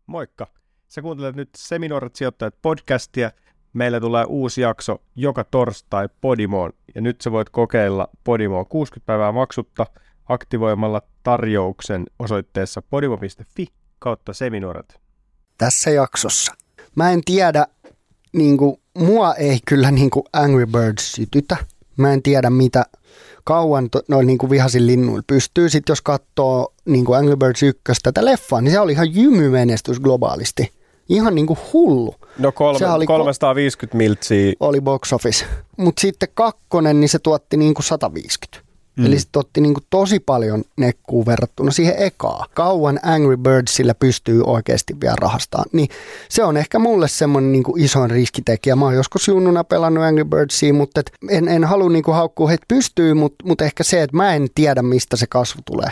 Moikka! Sä kuuntelet nyt Seminuoret sijoittajat podcastia. Meillä tulee uusi jakso joka torstai Podimoon. Ja nyt sä voit kokeilla Podimoa 60 päivää maksutta aktivoimalla tarjouksen osoitteessa podimo.fi/seminuoret. Tässä jaksossa. Mä en tiedä, mua ei kyllä Angry Birds sytytä. Mä en tiedä mitä kauan noilla vihaisilla linnuilla pystyy. Sitten jos katsoo Angry Birds 1 tätä leffaa, niin se oli ihan jymymenestys globaalisti. Ihan hullu. No 350 miltsiä. Oli box office. Mutta sitten 2, niin se tuotti 150. Eli se tuotti tosi paljon nekkuu verrattuna siihen ekaa. Kauan Angry Birdsillä pystyy oikeasti vielä rahastamaan. Niin se on ehkä mulle semmoinen isoin riskitekijä. Mä oon joskus junnuna pelannut Angry Birdsia, mutta en halua haukkua heitä pystyy, mutta ehkä se, että mä en tiedä mistä se kasvu tulee.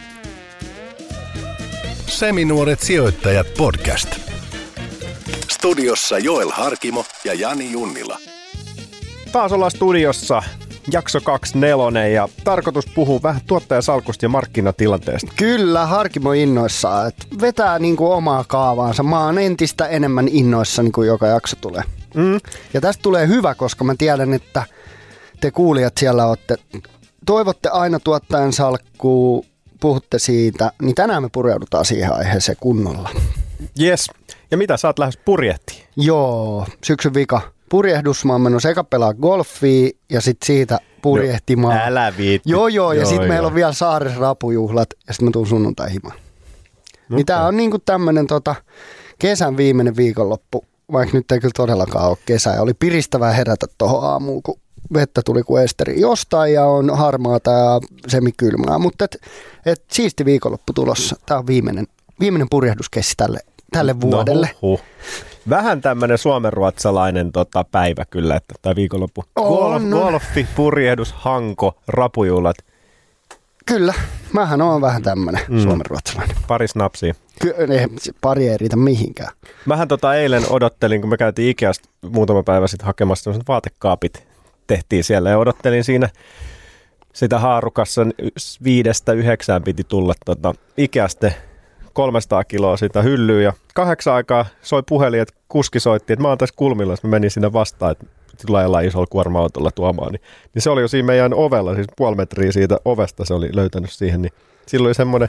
Seminuoret sijoittajat podcast. Studiossa Joel Harkimo ja Jani Junnila. Taas ollaan studiossa. Jakso 24 ja tarkoitus puhua vähän tuottajasalkusta ja markkinatilanteesta. Kyllä, Harkimo innoissaan. Vetää omaa kaavaansa. Mä oon entistä enemmän innoissani, kun joka jakso tulee. Ja tästä tulee hyvä, koska mä tiedän, että te kuulijat siellä toivotte aina tuottajan salkkuu, puhutte siitä, niin tänään me pureudutaan siihen aiheeseen kunnolla. Yes. Ja mitä sä oot lähes purjehtiin? Joo, syksyn vika. Purjehdus, mä oon mennyt eka pelaa golfia ja sitten siitä purjehtimaan. No, älä viitti. Joo, ja sitten meillä on vielä saaressa rapujuhlat ja sitten mä tuun sunnuntai-himaan. Okay. Niin tää on tämmönen kesän viimeinen viikonloppu, vaikka nyt ei kyllä todellakaan ole kesä. Ja oli piristävää herätä tohon aamuun, kun vettä tuli kuin esteri jostain ja on harmaata ja semikylmää. Mutta siisti viikonloppu tulossa. Tää on viimeinen purjehduskessi tälle vuodelle. No, vähän tämmöinen suomenruotsalainen päivä kyllä, että tämä viikonloppu. Golfi, purjehdus, hanko, rapujuhlat. Kyllä, mähän oon vähän tämmöinen suomenruotsalainen. Pari snapsia. Pari ei riitä mihinkään. Mähän eilen odottelin, kun me käytiin Ikeasta muutama päivä sitten hakemassa sellaiset vaatekaapit. Tehtiin siellä ja odottelin siinä sitä haarukassa 5-9 piti tulla Ikeasta 300 kiloa siitä hyllyä ja 8 aikaa soi puhelin, että kuski soitti, että mä oon tässä kulmilla, mä menin sinne vastaan, että tullaan isolla kuorma-autolla tuomaan. Niin se oli jo siinä meidän ovella, siis 0,5 metriä siitä ovesta se oli löytänyt siihen, niin silloin oli semmoinen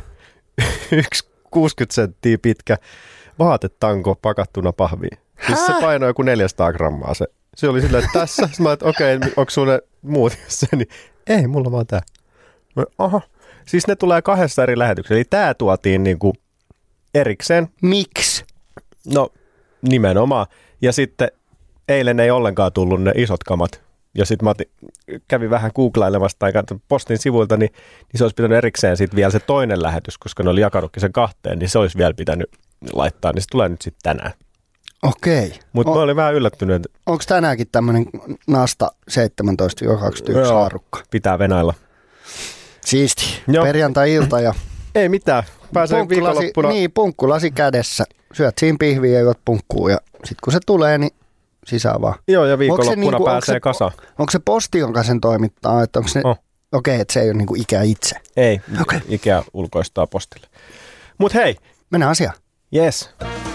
60 senttiä pitkä vaatetanko pakattuna pahviin. Siis se painoi joku 400 grammaa se oli silleen, että tässä, mä että okei, onko sulle muut se, niin ei, mulla vaan tää. Aha. Siis ne tulee 2 eri lähetyksessä, eli tää tuotiin erikseen. Miksi? No nimenomaan. Ja sitten eilen ei ollenkaan tullut ne isot kamat. Ja sitten mä kävin vähän googlailemassa tai postin sivuilta, niin se olisi pitänyt erikseen sitten vielä se toinen lähetys, koska ne oli jakanutkin sen 2, niin se olisi vielä pitänyt laittaa. Niin se tulee nyt sitten tänään. Okei. Mutta mä olin vähän yllättynyt. Onko tänäänkin tämmöinen Nasta 17-21 haarukka? Pitää venailla. Siisti. Perjantai-ilta ja... Ei mitään. Pääsee viikonloppuna. Niin, punkkulasi kädessä. Syöt siinä pihviä ja juot punkkuun ja sitten kun se tulee, niin sisään vaan. Joo, ja viikonloppuna pääsee kasaan. Onko se posti, jonka sen toimittaa? Että onko se... Okei, että se ei ole Ikea itse. Ei, Ikea ulkoistaa postille. Mut hei. Mennään asiaan. Yes.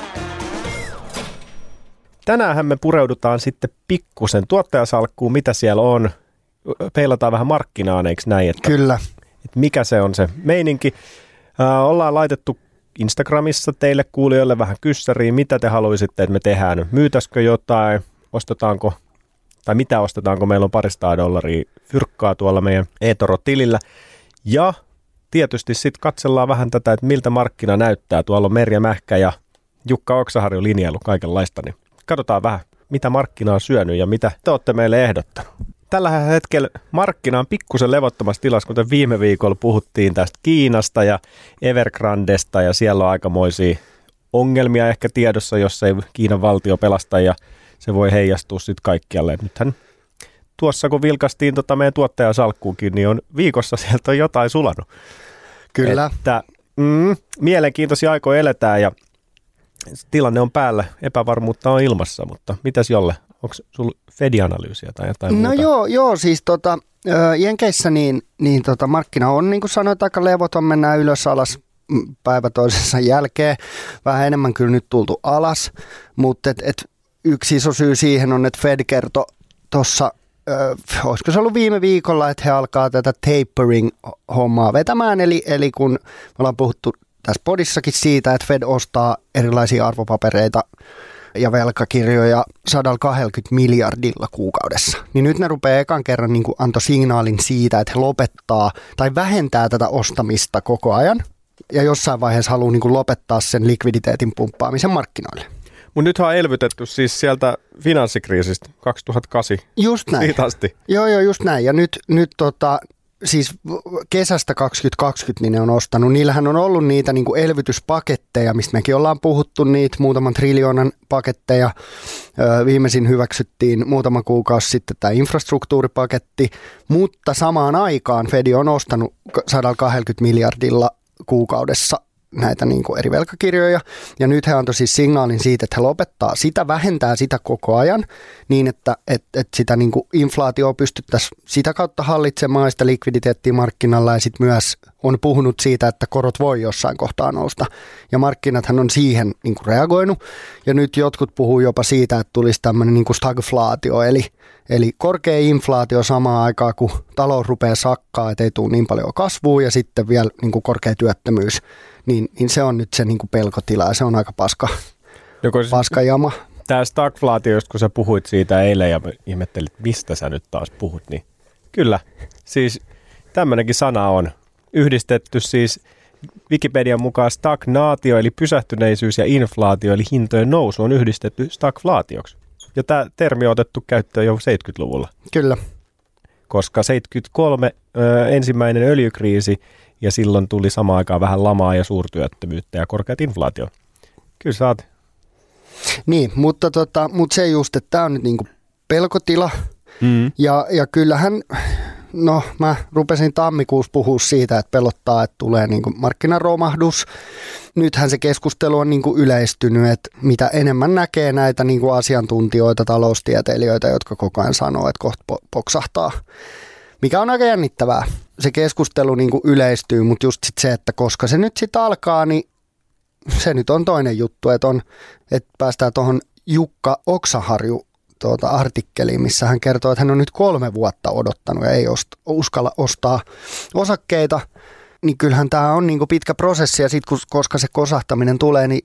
Tänäänhän me pureudutaan sitten pikkusen tuottajasalkkuun, mitä siellä on. Peilataan vähän markkinaan, eikö näin? Kyllä. Että mikä se on se meininki. Ollaan laitettu Instagramissa teille kuulijoille vähän kyssäriin, mitä te haluaisitte, että me tehdään. Myytäisikö jotain, ostetaanko, tai mitä ostetaanko, meillä on $200 fyrkkaa tuolla meidän eToro-tilillä. Ja tietysti sitten katsellaan vähän tätä, että miltä markkina näyttää. Tuolla on Merja Mähkä ja Jukka Oksaharju linjailu kaikenlaista, niin katsotaan vähän, mitä markkina on syönyt ja mitä te olette meille ehdottanut. Tällä hetkellä markkina on pikkusen levottomassa tilassa, kuten viime viikolla puhuttiin tästä Kiinasta ja Evergrandesta ja siellä on aikamoisia ongelmia ehkä tiedossa, jos ei Kiinan valtio pelasta ja se voi heijastua sitten kaikkialle. Nythän tuossa kun vilkastiin meidän tuottajasalkkuunkin, niin on viikossa sieltä on jotain sulanut. Kyllä. Että, mielenkiintoisia aikoja eletään ja tilanne on päällä, epävarmuutta on ilmassa, mutta mitäs Jolle? Onko sulla Fed-analyysiä tai jotain muuta? No joo siis Jenkeissä niin markkina on, niin kuin sanoit, aika levoton, mennään ylös alas päivä toisensa jälkeen. Vähän enemmän kyllä nyt tultu alas, mutta yksi iso syy siihen on, että Fed kertoi tuossa, olisiko se ollut viime viikolla, että he alkaa tätä tapering-hommaa vetämään, eli kun me ollaan puhuttu tässä podissakin siitä, että Fed ostaa erilaisia arvopapereita ja velkakirjoja 120 miljardilla kuukaudessa. Niin nyt ne rupeaa ekan kerran niin kuin antoi signaalin siitä, että he lopettaa tai vähentää tätä ostamista koko ajan ja jossain vaiheessa haluaa niin kuin lopettaa sen likviditeetin pumppaamisen markkinoille. Mutta nythän on elvytetty siis sieltä finanssikriisistä 2008. Just näin. Siitä asti. Joo, just näin. Ja nyt siis kesästä 2020 niin ne on ostanut. Niillähän on ollut niitä niin kuin elvytyspaketteja, mistä mekin ollaan puhuttu niitä, muutaman triljoonan paketteja. Viimeisin hyväksyttiin muutama kuukausi sitten tämä infrastruktuuripaketti, mutta samaan aikaan Fed on ostanut 120 miljardilla kuukaudessa näitä niin kuin eri velkakirjoja, ja nyt he antoi siis signaalin siitä, että he lopettaa sitä, vähentää sitä koko ajan, niin että sitä niin kuin inflaatioa pystyttäisiin sitä kautta hallitsemaan sitä likviditeettiä markkinalla, ja sitten myös on puhunut siitä, että korot voi jossain kohtaa nousta, ja markkinathan on siihen niin kuin reagoinut, ja nyt jotkut puhuu jopa siitä, että tulisi tämmöinen niin kuin stagflaatio, eli korkea inflaatio samaan aikaan, kun talous rupeaa sakkaa, että ei tule niin paljon kasvua, ja sitten vielä niin kuin korkea työttömyys, niin se on nyt se niin kuin pelkotila, ja se on aika paska jama. Tämä stagflaatio, just kun sä puhuit siitä eilen ja ihmettelit, mistä sä nyt taas puhut, niin kyllä, siis tämmöinenkin sana on yhdistetty siis Wikipedian mukaan stagnaatio, eli pysähtyneisyys, ja inflaatio, eli hintojen nousu, on yhdistetty stagflaatioksi. Ja tämä termi on otettu käyttöön jo 70-luvulla. Kyllä. Koska 73 ensimmäinen öljykriisi, ja silloin tuli samaan aikaan vähän lamaa ja suurtyöttömyyttä ja korkeat inflaatio. Kyllä sä oot. Niin, mutta se just, että tämä on nyt niinku pelkotila. Ja kyllähän, no mä rupesin tammikuussa puhua siitä, että pelottaa, että tulee niinku markkinaromahdus. Nythän se keskustelu on niinku yleistynyt, että mitä enemmän näkee näitä niinku asiantuntijoita, taloustieteilijöitä, jotka koko ajan sanoo, että kohta poksahtaa. Mikä on aika jännittävää. Se keskustelu niinku yleistyy, mutta just sit se, että koska se nyt sitten alkaa, niin se nyt on toinen juttu, että päästään tuohon Jukka Oksaharju artikkeliin, missä hän kertoo, että hän on nyt 3 vuotta odottanut ja ei uskalla ostaa osakkeita, niin kyllähän tämä on niinku pitkä prosessi, ja sitten koska se kosahtaminen tulee, niin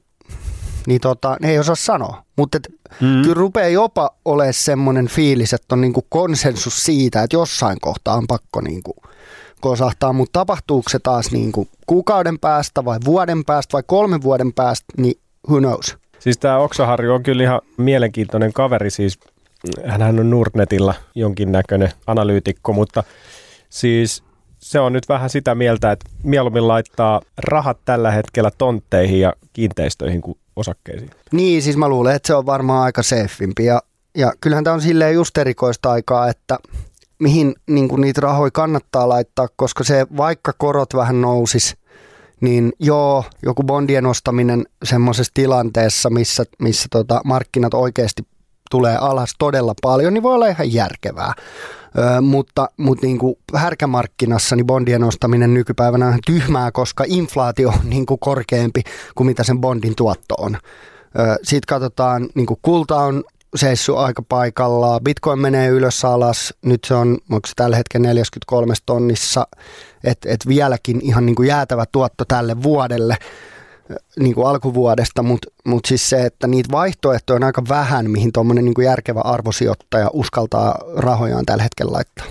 ne ei osaa sanoa. Mutta kyllä rupeaa jopa olemaan semmoinen fiilis, että on niinku konsensus siitä, että jossain kohtaa on pakko niinku kosahtaa, mutta tapahtuuko se taas niinku kuukauden päästä vai vuoden päästä vai 3 vuoden päästä, niin who knows. Siis tämä Oksaharju on kyllä ihan mielenkiintoinen kaveri, siis hänhän on Nordnetilla jonkinnäköinen analyytikko, mutta siis se on nyt vähän sitä mieltä, että mieluummin laittaa rahat tällä hetkellä tontteihin ja kiinteistöihin kuin osakkeisiin. Niin, siis mä luulen, että se on varmaan aika safempi, ja kyllähän tämä on silleen just erikoista aikaa, että mihin niin niitä rahoja kannattaa laittaa, koska se vaikka korot vähän nousis, niin joo, joku bondien ostaminen semmoisessa tilanteessa, missä markkinat oikeasti tulee alas todella paljon, niin voi olla ihan järkevää. Mutta niin kuin härkämarkkinassa niin bondien ostaminen nykypäivänä on tyhmää, koska inflaatio on niin kuin korkeampi kuin mitä sen bondin tuotto on. Sitten katsotaan, niin kuin kulta on seissyt aika paikallaan, bitcoin menee ylös alas, nyt se on tällä hetkellä 43 tonnissa, että vieläkin ihan niin kuin jäätävä tuotto tälle vuodelle, niin kuin alkuvuodesta, mutta siis se, että niitä vaihtoehtoja on aika vähän, mihin tuommoinen niin kuin järkevä arvosijoittaja uskaltaa rahojaan tällä hetkellä laittaa.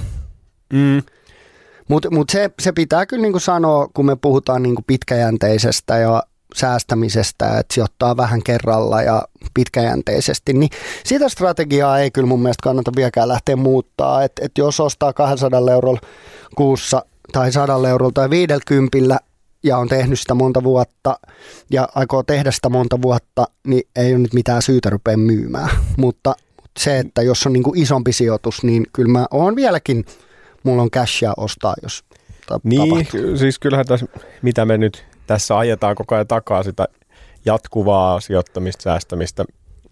Mutta se pitää kyllä niin kuin sanoa, kun me puhutaan niin kuin pitkäjänteisestä ja säästämisestä, että sijoittaa vähän kerralla ja pitkäjänteisesti, niin sitä strategiaa ei kyllä mun mielestä kannata vieläkään lähteä muuttaa, että jos ostaa 200 eurolla kuussa tai 100 eurolla tai 50 ja on tehnyt sitä monta vuotta ja aikoo tehdä sitä monta vuotta, niin ei ole nyt mitään syytä rupea myymään. Mutta se, että jos on niin kuin isompi sijoitus, niin kyllä mä oon vieläkin, mulla on cashia ostaa, jos niin, siis kyllähän tässä, mitä me nyt tässä ajetaan koko ajan takaa sitä jatkuvaa sijoittamista, säästämistä,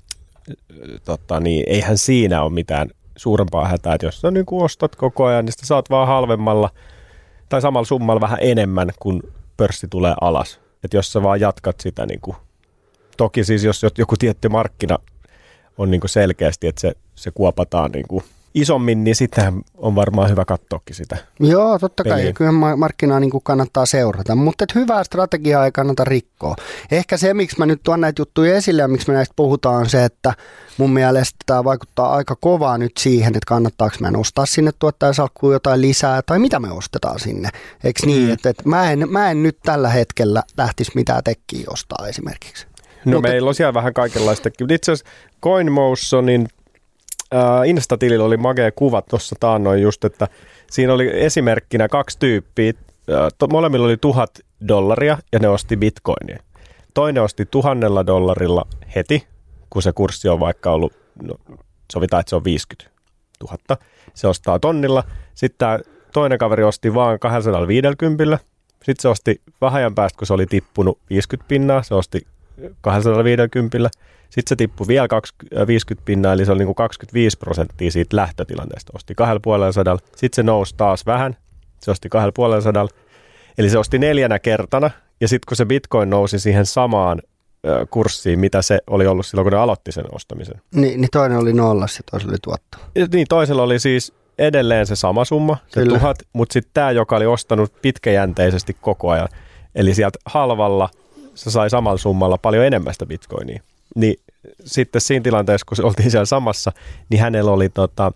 niin eihän siinä ole mitään suurempaa hätää, että jos sä niin kuin ostat koko ajan, niin sitä saat vaan halvemmalla tai samalla summalla vähän enemmän, kun pörssi tulee alas. että jos sä vaan jatkat sitä, niin kuin, toki siis jos joku tietty markkina on niin kuin selkeästi, että se kuopataan niin kuin isommin, niin sitten on varmaan hyvä katsoakin sitä. Joo, totta kai. Ja kyllä markkinaa niin kuin kannattaa seurata, mutta hyvää strategiaa ei kannata rikkoa. Ehkä se, miksi mä nyt tuon näitä juttuja esille ja miksi me näistä puhutaan, on se, että mun mielestä tämä vaikuttaa aika kovaa nyt siihen, että kannattaako meidän ostaa sinne tuottajasalkkuun jotain lisää tai mitä me ostetaan sinne. Eikö niin, että mä en nyt tällä hetkellä lähtisi mitään tekkiä ostaa esimerkiksi. No mutta meillä on siellä vähän kaikenlaistakin. Itse asiassa CoinMotionin Insta-tilillä oli magea kuva tuossa taannoin just, että siinä oli esimerkkinä 2 tyyppiä. Molemmilla oli $1,000 ja ne osti bitcoinia. Toinen osti $1,000 heti, kun se kurssi on vaikka ollut, no, sovitaan, että se on 50 000. Se ostaa tonnilla. Sitten tämä toinen kaveri osti vaan 250. Sitten se osti vähän ajan päästä, kun se oli tippunut 50 pinnaa, se osti 250. Sitten se tippui vielä 50 pinnaa, eli se oli niin kuin 25% siitä lähtötilanteesta. Osti 250. Sitten se nousi taas vähän, se osti 250. Eli se osti 4 kertana, ja sitten kun se bitcoin nousi siihen samaan kurssiin, mitä se oli ollut silloin, kun ne aloitti sen ostamisen. Niin toinen oli nollassa ja toisella oli tuotto. Niin, toisella oli siis edelleen se sama summa, se 1000, mutta sitten tämä, joka oli ostanut pitkäjänteisesti koko ajan, eli sieltä halvalla se sai samalla summalla paljon enemmän sitä bitcoinia. Niin sitten siinä tilanteessa, kun se oltiin siellä samassa, niin hänellä oli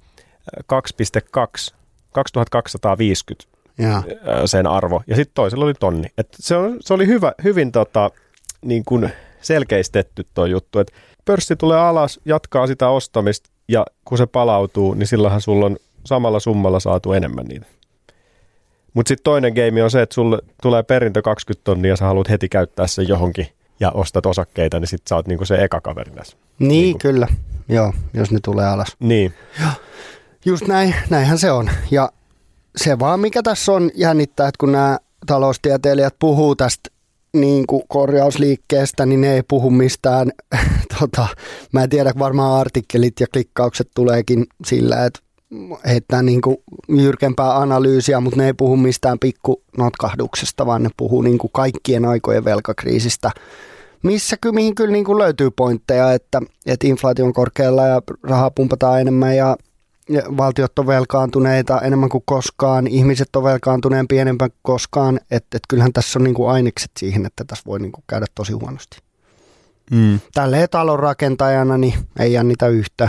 2250 sen arvo, ja sitten toisella oli tonni. Et se oli hyvin niin kuin selkeistetty tuo juttu, että pörssi tulee alas, jatkaa sitä ostamista, ja kun se palautuu, niin silloinhan sulla on samalla summalla saatu enemmän niitä. Mutta sitten toinen game on se, että sulle tulee perintö 20 tonnia ja sä haluat heti käyttää sen johonkin ja ostat osakkeita, niin sitten sä oot niinku se eka kaveri näissä. Niin, kyllä. Joo, jos ne tulee alas. Niin. Joo, just näinhän se on. Ja se vaan, mikä tässä on jännittää, että kun nämä taloustieteilijät puhuu tästä niin kuin korjausliikkeestä, niin ne ei puhu mistään, mä en tiedä, varmaan artikkelit ja klikkaukset tuleekin sillä, että heittää niin kuin jyrkempää analyysiä, mutta ne ei puhu mistään pikkunotkahduksesta, vaan ne puhuu niin kuin kaikkien aikojen velkakriisistä, mihin kyllä niin kuin löytyy pointteja, että inflaatio on korkealla ja rahaa pumpataan enemmän ja valtiot on velkaantuneita enemmän kuin koskaan, ihmiset on velkaantuneempi enemmän kuin koskaan, että kyllähän tässä on niin kuin ainekset siihen, että tässä voi niin kuin käydä tosi huonosti. Tälleen talon rakentajana niin ei jännitä yhtään.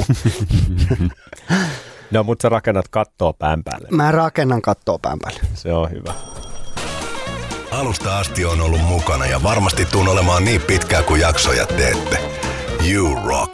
No, mutta sä rakennat kattoa pään päälle. Mä rakennan kattoa pään päälle. Se on hyvä. Alusta asti on ollut mukana ja varmasti tuun olemaan niin pitkään kuin jaksoja teette. You rock!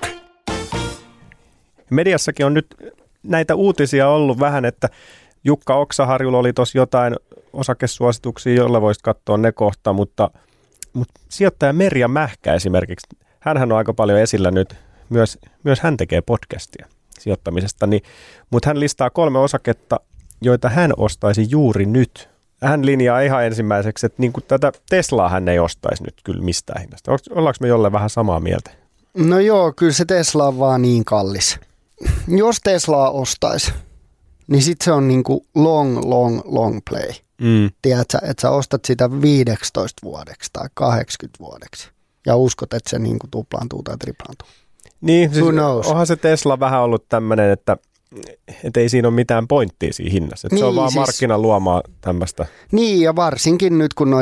Mediassakin on nyt näitä uutisia ollut vähän, että Jukka Oksaharjulla oli tuossa jotain osakesuosituksia, joilla voisit katsoa ne kohta, mutta sijoittaja Merja Mähkä esimerkiksi, hänhän on aika paljon esillä nyt, myös hän tekee podcastia sijoittamisesta, mutta hän listaa 3 osaketta, joita hän ostaisi juuri nyt. Hän linjaa ihan ensimmäiseksi, että niin kuin tätä Teslaa hän ei ostaisi nyt kyllä mistään hinnasta. Ollaanko me jollain vähän samaa mieltä? No joo, kyllä se Tesla on vaan niin kallis. Jos Teslaa ostaisi, niin sitten se on niin kuin long play. Tiedätkö, että sä ostat sitä 15 vuodeksi tai 80 vuodeksi ja uskot, että se niin kuin tuplaantuu tai triplaantuu. Niin, siis onhan se Tesla vähän ollut tämmöinen, että ei siinä ole mitään pointtia siinä hinnassa. Niin, se on vaan markkinan luomaa tämmöistä. Niin, ja varsinkin nyt kun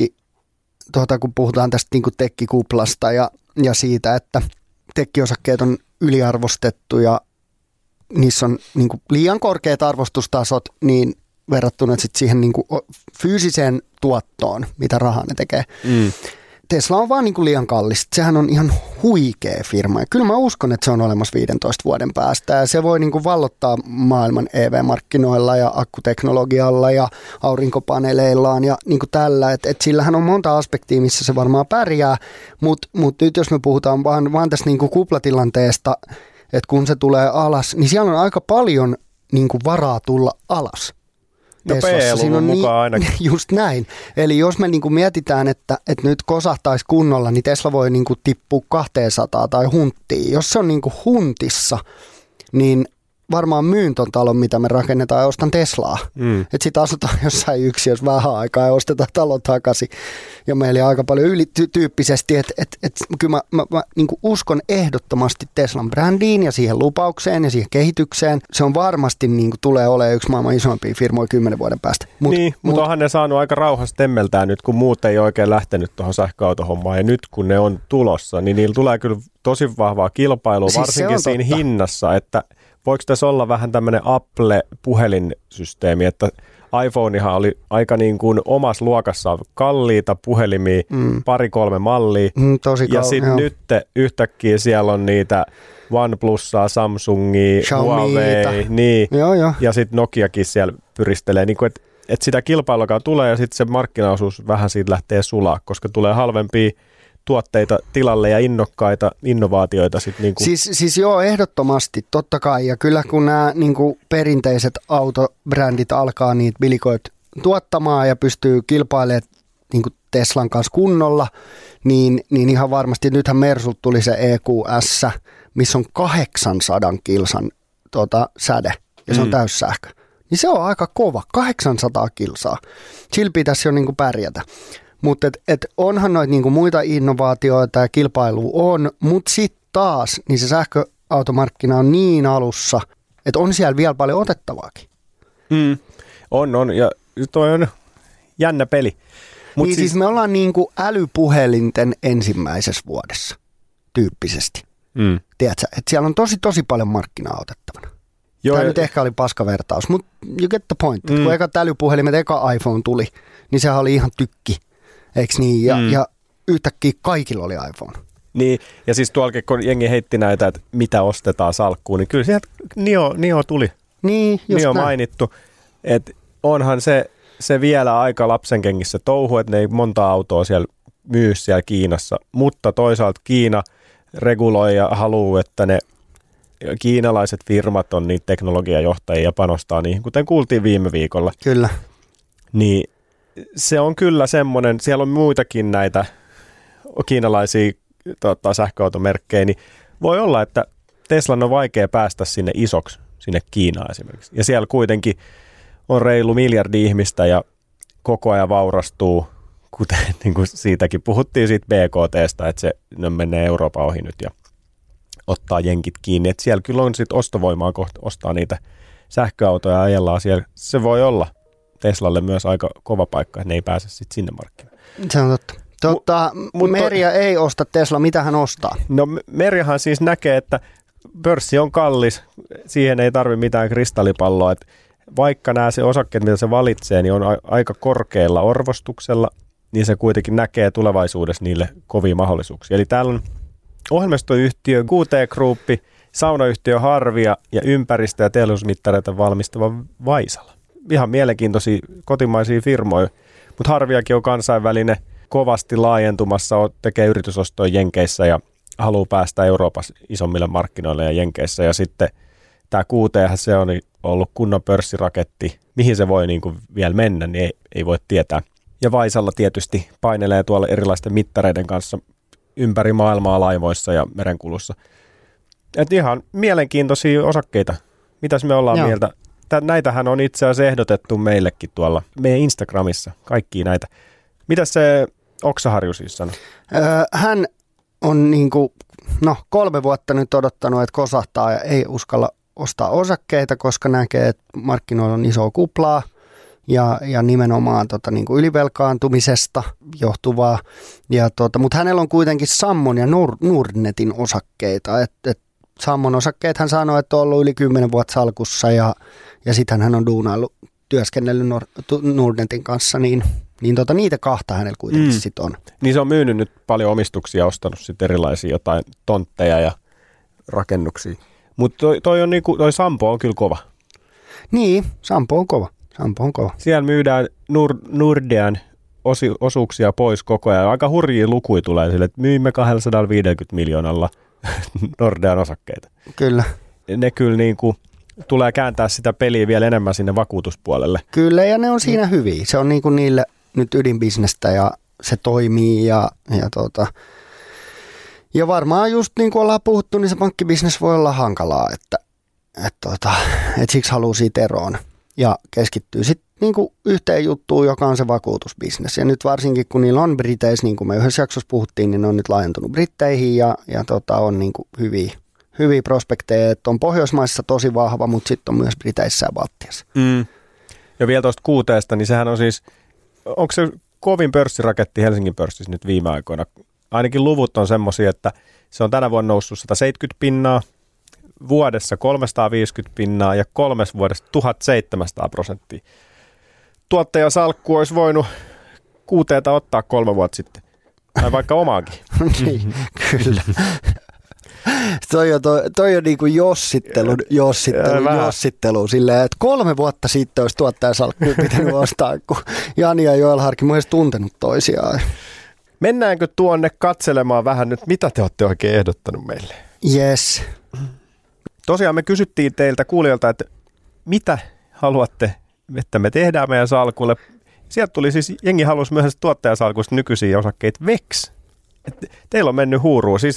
kun puhutaan tästä niin kuin tekkikuplasta ja siitä, että tekkiosakkeet on yliarvostettu ja niissä on niin kuin liian korkeat arvostustasot, niin verrattuna sitten siihen niin kuin fyysiseen tuottoon, mitä rahaa ne tekee. Tesla on vaan niin kuin liian kallis. Sehän on ihan huikea firma. Ja kyllä mä uskon, että se on olemassa 15 vuoden päästä. Ja se voi niin kuin vallottaa maailman EV-markkinoilla ja akkuteknologialla ja aurinkopaneeleillaan ja niin kuin tällä. Et sillähän on monta aspektia, missä se varmaan pärjää. Mutta nyt jos me puhutaan vaan tästä niin kuin kuplatilanteesta, että kun se tulee alas, niin siellä on aika paljon niin kuin varaa tulla alas. No P-luvun mukaan ainakin. Just näin. Eli jos me niinku mietitään, että nyt kosahtaisi kunnolla, niin Tesla voi niinku tippua 200 tai hunttiin. Jos se on niinku huntissa, niin varmaan myyn ton talon, mitä me rakennetaan ja ostan Teslaa. Että sit asutaan jossain yksiössä vähän aikaa ja ostetaan talo takaisin. Ja meillä on aika paljon ylityyppisesti, että kyllä mä niin kuin uskon ehdottomasti Teslan brändiin ja siihen lupaukseen ja siihen kehitykseen. Se on varmasti niin kuin tulee olemaan yksi maailman isompia firmoja 10 vuoden päästä. Mutta onhan ne saanut aika rauhassa temmeltää nyt, kun muut ei oikein lähtenyt tuohon sähköautohommaan. Ja nyt kun ne on tulossa, niin niillä tulee kyllä tosi vahvaa kilpailua, siis varsinkin siinä hinnassa, että voiko tässä olla vähän tämmöinen Apple-puhelinsysteemi, että iPhonehan oli aika niin kuin omassa luokassaan kalliita puhelimia, 2-3 mallia, ja sitten nyt yhtäkkiä siellä on niitä OnePlusaa, Samsungia, Huawei, niin, ja sitten Nokiakin siellä pyristelee, niin että sitä kilpailuakaan tulee, ja sitten se markkinaosuus vähän siitä lähtee sulaa, koska tulee halvempia tuotteita tilalle ja innokkaita innovaatioita. Niinku. Siis joo, ehdottomasti, totta kai. Ja kyllä kun nämä niinku perinteiset autobrändit alkaa niitä bilikoita tuottamaan ja pystyy kilpailemaan niinku Teslan kanssa kunnolla, niin ihan varmasti nythän Mersulta tuli se EQS, missä on 800 kilsan säde ja se on täyssähkö. Niin se on aika kova, 800 kilsaa. Sillä pitäisi jo niinku pärjätä. Mutta onhan noita niinku muita innovaatioita ja kilpailu on, mutta sitten taas niin se sähköautomarkkina on niin alussa, että on siellä vielä paljon otettavaakin. On, ja toi on jännä peli. Niin siis me ollaan niinku älypuhelinten ensimmäisessä vuodessa tyyppisesti. Tiedätkö, että siellä on tosi paljon markkinaa otettavana. Tämä nyt ehkä oli paskavertaus, mutta you get the point. Kun eka älypuhelimet, eka iPhone tuli, niin sehän oli ihan tykki. Eikö niin? Ja yhtäkkiä kaikilla oli iPhone. Niin, ja siis tuollakin kun jengi heitti näitä, että mitä ostetaan salkkuun, niin kyllä sieltä Nio tuli. Niin, just Nio näin. mainittu. Että onhan se vielä aika lapsenkengissä touhu, että ne ei monta autoa siellä myy siellä Kiinassa. Mutta toisaalta Kiina reguloi ja haluaa, että ne kiinalaiset firmat on niitä teknologiajohtajia ja panostaa niihin, kuten kuultiin viime viikolla. Kyllä. Niin se on kyllä semmoinen, siellä on muitakin näitä kiinalaisia sähköautomerkkejä, niin voi olla, että Teslan on vaikea päästä sinne isoksi, sinne Kiinaan esimerkiksi. Ja siellä kuitenkin on reilu 1 miljardi ihmistä ja koko ajan vaurastuu, kuten niin kuin siitäkin puhuttiin siitä BKT:stä, että se menee Euroopan ohi nyt ja ottaa jenkit kiinni. Että siellä kyllä on sitten ostovoimaa kohta ostaa niitä sähköautoja ja ajellaan siellä. Se voi olla Teslalle myös aika kova paikka, että ne ei pääse sitten sinne markkinoille. Se on totta. Merja ei osta Tesla, mitä hän ostaa? No Merjahan siis näkee, että pörssi on kallis, siihen ei tarvitse mitään kristallipalloa, että vaikka nämä se osakkeet, mitä se valitsee, niin on aika korkealla arvostuksella, niin se kuitenkin näkee tulevaisuudessa niille kovia mahdollisuuksia. Eli täällä on ohjelmistoyhtiö QT Group, saunayhtiö Harvia ja ympäristö- ja teollisuusmittareita valmistava Vaisala. Ihan mielenkiintoisia kotimaisia firmoja, mutta Harviakin on kansainvälinen, kovasti laajentumassa, tekee yritysostoja Jenkeissä ja haluaa päästä Euroopassa isommille markkinoille ja Jenkeissä. Ja sitten tämä QT, se on ollut kunnon pörssiraketti, mihin se voi niin kuin vielä mennä, niin ei voi tietää. Ja Vaisalla tietysti painelee tuolla erilaisten mittareiden kanssa ympäri maailmaa laivoissa ja merenkulussa. Et ihan mielenkiintoisia osakkeita. Mitäs me ollaan mieltä? Näitähän on itse asiassa ehdotettu meillekin tuolla meidän Instagramissa, kaikkia näitä. Mitä se Oksaharju siis sanoi? Hän on 3 vuotta nyt odottanut, että kosahtaa ja ei uskalla ostaa osakkeita, koska näkee, että markkinoilla on isoa kuplaa ja nimenomaan ylivelkaantumisesta johtuvaa. Mutta hänellä on kuitenkin Sammon ja Nordnetin osakkeita. Sammon osakkeet hän sanoi, että on ollut yli 10 vuotta salkussa ja sitten hän on työskennellyt Nordnetin kanssa, niin niitä kahta hänellä kuitenkin sitten on. Niin se on myynyt nyt paljon omistuksia, ostanut sitten erilaisia jotain tontteja ja rakennuksia. Mutta toi Sampo on kyllä kova. Niin, Sampo on kova. Siellä myydään Nordean osuuksia pois koko ajan. Aika hurjia lukuja tulee sille, että myimme 250 miljoonalla Nordean osakkeita. Kyllä. Ne kyllä tulee kääntää sitä peliä vielä enemmän sinne vakuutuspuolelle. Kyllä, ja ne on siinä hyviä. Se on niille nyt ydinbisnestä ja se toimii ja varmaan just niin kuin ollaan puhuttu, niin se pankkibisnes voi olla hankalaa, että siksi haluaa siitä eroon ja keskittyy sitten niinku yhteen juttuun, joka on se vakuutusbisnes. Ja nyt varsinkin, kun niillä on Briteissä, niin kuin me yhdessä jaksossa puhuttiin, niin ne on nyt laajentunut Britteihin ja on niinku hyviä prospekteja. Et on Pohjoismaissa tosi vahva, mutta sitten on myös Briteissä ja Baltiassa. Ja vielä tuosta kuuteesta, niin sehän on siis, onko se kovin pörssiraketti Helsingin pörssissä nyt viime aikoina? Ainakin luvut on semmoisia, että se on tänä vuonna noussut 170 pinnaa, vuodessa 350 pinnaa ja 3 vuodessa 1700%. Tuottajasalkku olisi voinut kuuteeta ottaa 3 vuotta sitten, tai vaikka omaakin. Niin, kyllä. Toi on niin kuin jossittelu silleen, että 3 vuotta sitten olisi tuottajasalkku pitänyt ostaa, kun Jani ja Joel Harkimo edes tuntenut toisiaan. Mennäänkö tuonne katselemaan vähän nyt, mitä te olette oikein ehdottanut meille? Yes. Tosiaan me kysyttiin teiltä kuulijoilta, että mitä haluatte, että me tehdään meidän salkulle. Sieltä tuli siis, jengi halusi myös tuottajasalkuista nykyisiä osakkeita VEX. Teillä on mennyt huuruun. Siis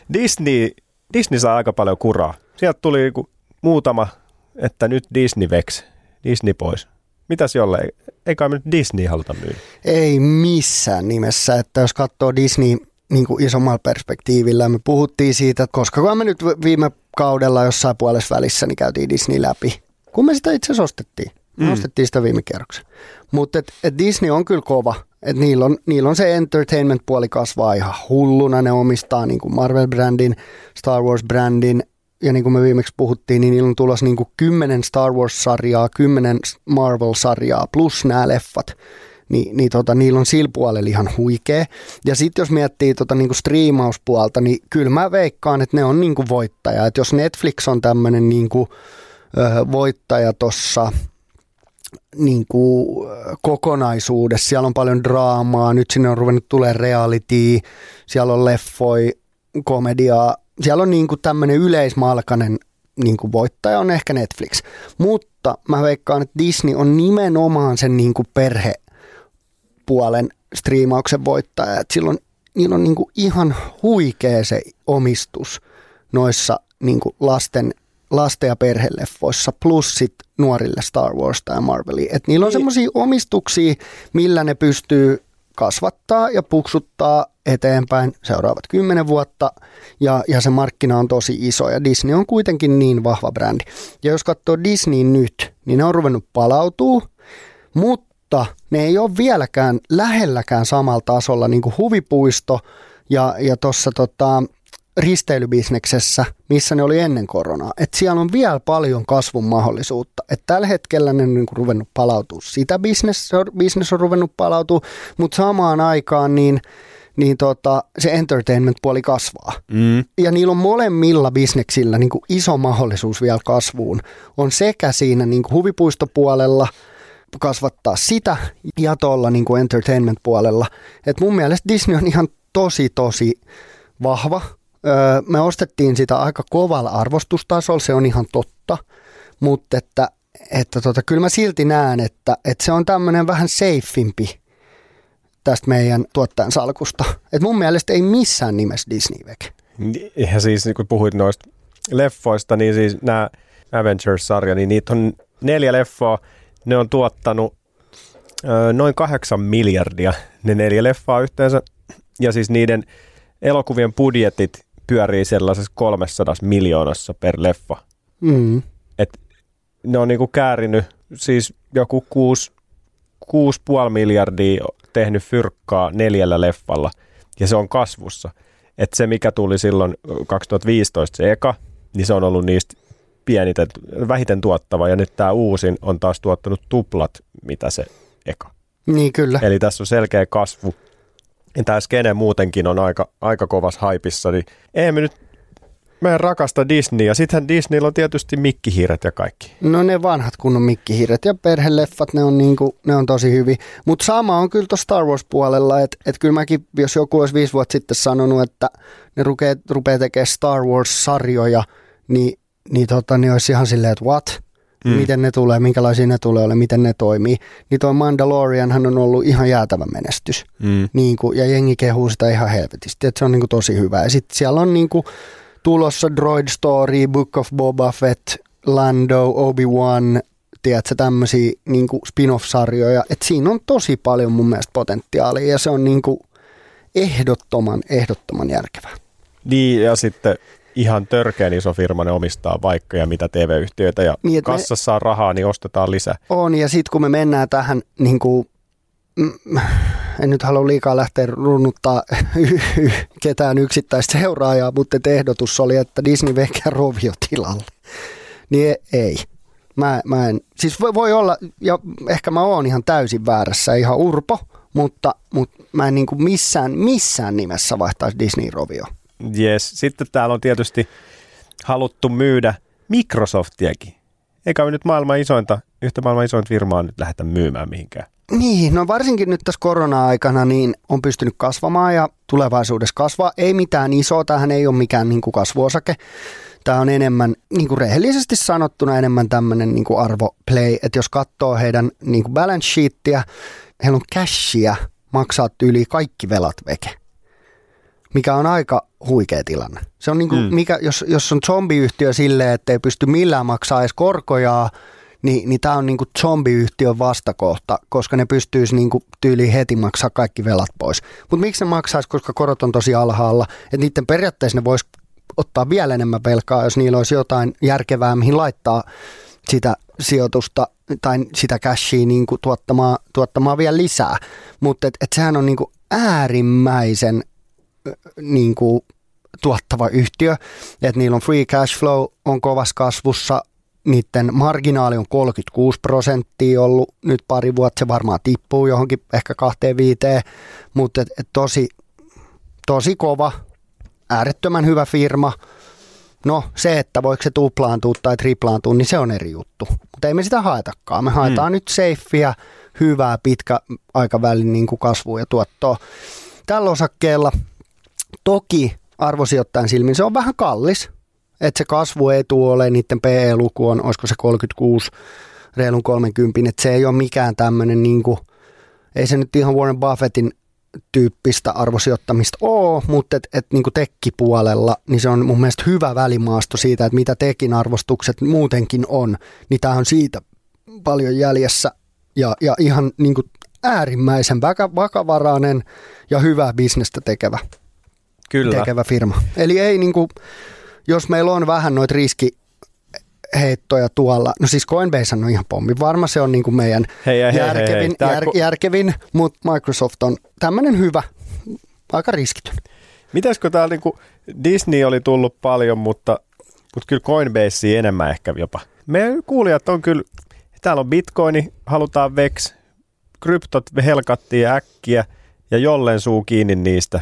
Disney saa aika paljon kuraa. Sieltä tuli muutama, että nyt Disney VEX, Disney pois. Mitäs jolle? Eikä me nyt Disney haluta myydä? Ei missään nimessä, että jos katsoo Disney niin kuin isommalla perspektiivillä, me puhuttiin siitä, koska kun me nyt viime kaudella jossain puolessa välissä, niin käytiin Disney läpi. Kun me sitä itse asiassa ostettiin. Ostettiin sitä viime kierroksen. Mutta Disney on kyllä kova. Et niillä on se entertainment-puoli kasvaa ihan hulluna. Ne omistaa niin kuin Marvel-brändin, Star Wars-brändin. Ja niin kuin me viimeksi puhuttiin, niin niillä on tulossa niin kuin 10 Star Wars-sarjaa, 10 Marvel-sarjaa plus nämä leffat. Niillä on sillä puolella ihan huikea. Ja sitten jos miettii niin kuin striimauspuolta, niin kyllä mä veikkaan, että ne on niin kuin voittaja. Et jos Netflix on tämmöinen niin kuin voittaja tuossa niin kuin kokonaisuudessa, siellä on paljon draamaa, nyt sinne on ruvennut tulemaan reality, siellä on leffoi, komediaa, siellä on niin kuin tämmöinen yleismalkainen niin kuin voittaja on ehkä Netflix, mutta mä veikkaan, että Disney on nimenomaan sen niin kuin perhepuolen striimauksen voittaja, että niillä on niin kuin ihan huikea se omistus noissa niin kuin lasten ja perheleffoissa plus sit nuorille Star Warsta ja Marvelia. Et niillä on semmoisia omistuksia, millä ne pystyy kasvattaa ja puksuttaa eteenpäin seuraavat 10 vuotta ja se markkina on tosi iso ja Disney on kuitenkin niin vahva brändi. Ja jos katsoo Disney nyt, niin ne on ruvennut palautua, mutta ne ei ole vieläkään lähelläkään samalla tasolla niin kuin Huvipuisto ja tuossa risteilybisneksessä, missä ne oli ennen koronaa. Että siellä on vielä paljon kasvun mahdollisuutta. Että tällä hetkellä ne on niin kuin ruvennut palautua. Sitä business on ruvennut palautua, mutta samaan aikaan niin se entertainment-puoli kasvaa. Ja niillä on molemmilla bisneksillä niin kuin iso mahdollisuus vielä kasvuun. On sekä siinä niin kuin huvipuistopuolella kasvattaa sitä ja tuolla niin kuin entertainment-puolella. Et mun mielestä Disney on ihan tosi vahva. Me ostettiin sitä aika kovalla arvostustasolla, se on ihan totta, mutta kyllä mä silti näen, että se on tämmöinen vähän safempi tästä meidän tuottajan salkusta. Et mun mielestä ei missään nimessä Disney veke. Ja siis kun puhuit noista leffoista, niin siis nämä Avengers-sarja, niin niitä on 4 leffoa, ne on tuottanut noin 8 miljardia, ne 4 leffaa yhteensä, ja siis niiden elokuvien budjetit pyörii sellaisessa 300 miljoonassa per leffa. Et ne on niinku käärinyt siis joku 6,5 miljardia tehnyt fyrkkaa 4 leffalla ja se on kasvussa. Et se mikä tuli silloin 2015 se eka, niin se on ollut niistä vähiten tuottava ja nyt tämä uusin on taas tuottanut tuplat mitä se eka. Niin kyllä. Eli tässä on selkeä kasvu. Ja tämä skene muutenkin on aika kovassa haipissa, niin mä en rakasta Disney, ja sittenhän Disneyllä on tietysti mikkihiiret ja kaikki. No ne vanhat kunnon mikkihiiret ja perheleffat, ne on tosi hyviä. Mutta sama on kyllä tuossa Star Wars-puolella, että kyllä mäkin, jos joku olisi 5 vuotta sitten sanonut, että ne rupeaa tekemään Star Wars-sarjoja, niin olisi ihan silleen, että what? Miten ne tulee, minkälaisia ne tulee olla, miten ne toimii. Niin toi Mandalorianhan on ollut ihan jäätävä menestys. Ja jengi kehuu sitä ihan helvetisti, että se on tosi hyvä. Ja sitten siellä on tulossa Droid Story, Book of Boba Fett, Lando, Obi-Wan, tiedätkö, tämmöisiä niin kuin spin-off-sarjoja. Että siinä on tosi paljon mun mielestä potentiaalia ja se on niin kuin ehdottoman järkevää. Niin, ja sitten ihan törkeän iso firma, ne omistaa vaikka ja mitä TV-yhtiöitä ja niin, kassassa on rahaa, niin ostetaan lisää. On, ja sitten kun me mennään tähän, niin kuin, en nyt halua liikaa lähteä runnuttaa ketään yksittäistä seuraajaa, mutta ehdotus oli, että Disney vekää Rovio tilalle. Niin ei. Mä en, siis voi olla, ja ehkä mä oon ihan täysin väärässä, ihan urpo, mutta mä en niin kuin missään nimessä vaihtaisi Disney Rovio. Jes, sitten täällä on tietysti haluttu myydä Microsoftiakin. Eikä me nyt yhtä maailman isointa firmaa nyt lähdetä myymään mihinkään. Niin, no varsinkin nyt tässä korona-aikana niin on pystynyt kasvamaan ja tulevaisuudessa kasvaa. Ei mitään isoa, tämähän ei ole mikään niin kuin kasvuosake. Tämä on enemmän, niin kuin rehellisesti sanottuna, enemmän tämmöinen niin kuin arvoplay, että jos katsoo heidän niin kuin balance sheetia, heillä on cashia maksaa yli kaikki velat veke, mikä on aika huikea tilanne. Se on niin kuin, jos on zombiyhtiö silleen, että ei pysty millään maksaa edes korkojaa, niin tämä on niin kuin zombiyhtiön vastakohta, koska ne pystyisi niin kuin tyyliin heti maksaa kaikki velat pois. Mutta miksi ne maksaisi, koska korot on tosi alhaalla, että niiden periaatteessa ne vois ottaa vielä enemmän velkaa, jos niillä olisi jotain järkevää, mihin laittaa sitä sijoitusta tai sitä cashia niin kuin tuottamaan vielä lisää. Mutta sehän on niin kuin äärimmäisen niin kuin tuottava yhtiö, että niillä on free cash flow, on kovassa kasvussa, niiden marginaali on 36% ollut nyt pari vuotta, se varmaan tippuu johonkin ehkä 2-5, mutta tosi kova, äärettömän hyvä firma. No se, että voiko se tuplaantua tai triplaantua, niin se on eri juttu, mutta ei me sitä haetakaan. Me haetaan nyt safeä, hyvää pitkä aikavälin niin kuin kasvua ja tuottoa. Tällä osakkeella toki arvosijoittajan silmin se on vähän kallis, että se kasvu ei tule ole, niiden PE-luku on, olisiko se 36, reilun 30, että se ei ole mikään tämmöinen, niin kuin, ei se nyt ihan Warren Buffettin tyyppistä arvosijoittamista ole, mutta niin kuin tekkipuolella, niin se on mun mielestä hyvä välimaasto siitä, että mitä tekin arvostukset muutenkin on, niin tämä on siitä paljon jäljessä ja ihan niin kuin äärimmäisen vakavarainen ja hyvää bisnestä tekevä firma. Eli ei niin kuin, jos meillä on vähän noita riskiheittoja tuolla, no siis Coinbase on ihan pommi, varma se on niin kuin meidän järkevin, mutta Microsoft on tämmöinen hyvä, aika riskitön. Mitäskö täällä niin kuin Disney oli tullut paljon, mutta kyllä Coinbase enemmän ehkä jopa. Meidän kuulijat on kyllä, täällä on bitcoini, halutaan veksi, kryptot helkattiin äkkiä ja jolleen suu kiinni niistä.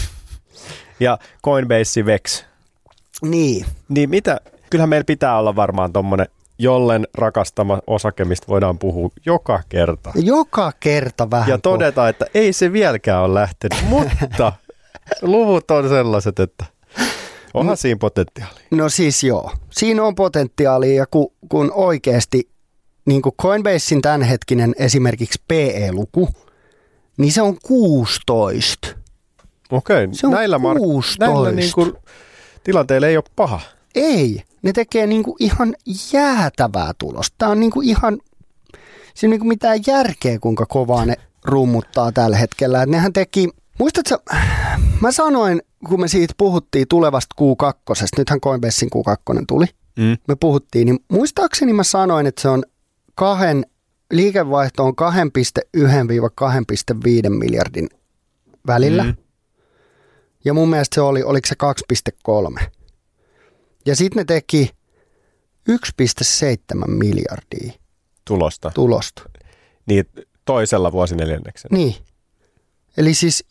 Ja Coinbase veksi. Niin mitä? Kyllähän meillä pitää olla varmaan tommonen jollen rakastama osake, mistä voidaan puhua joka kerta. Joka kerta vähän. Ja todeta, että ei se vieläkään ole lähtenyt, mutta luvut on sellaiset, että onhan siinä potentiaalia. No siis joo, siinä on potentiaalia ja kun oikeasti niin kuin Coinbasein tämänhetkinen esimerkiksi PE-luku, niin se on 16. Okei, näillä niin kuin tilanteilla ei ole paha. Ei, ne tekee niinku ihan jäätävää tulosta. Tämä on niinku ihan, se on niinku mitään järkeä, kuinka kovaa ne rummuttaa tällä hetkellä. Et nehän teki, muistatko, mä sanoin, kun me siitä puhuttiin tulevasta Q2, nythän Coinbasein Q2 tuli, me puhuttiin, niin muistaakseni mä sanoin, että se on liikevaihto on 2,1-2,5 miljardin välillä. Ja mun mielestä se oliko se 2,3. Ja sitten ne teki 1,7 miljardia tulosta. Niin toisella vuosineljänneksellä. Niin. Eli siis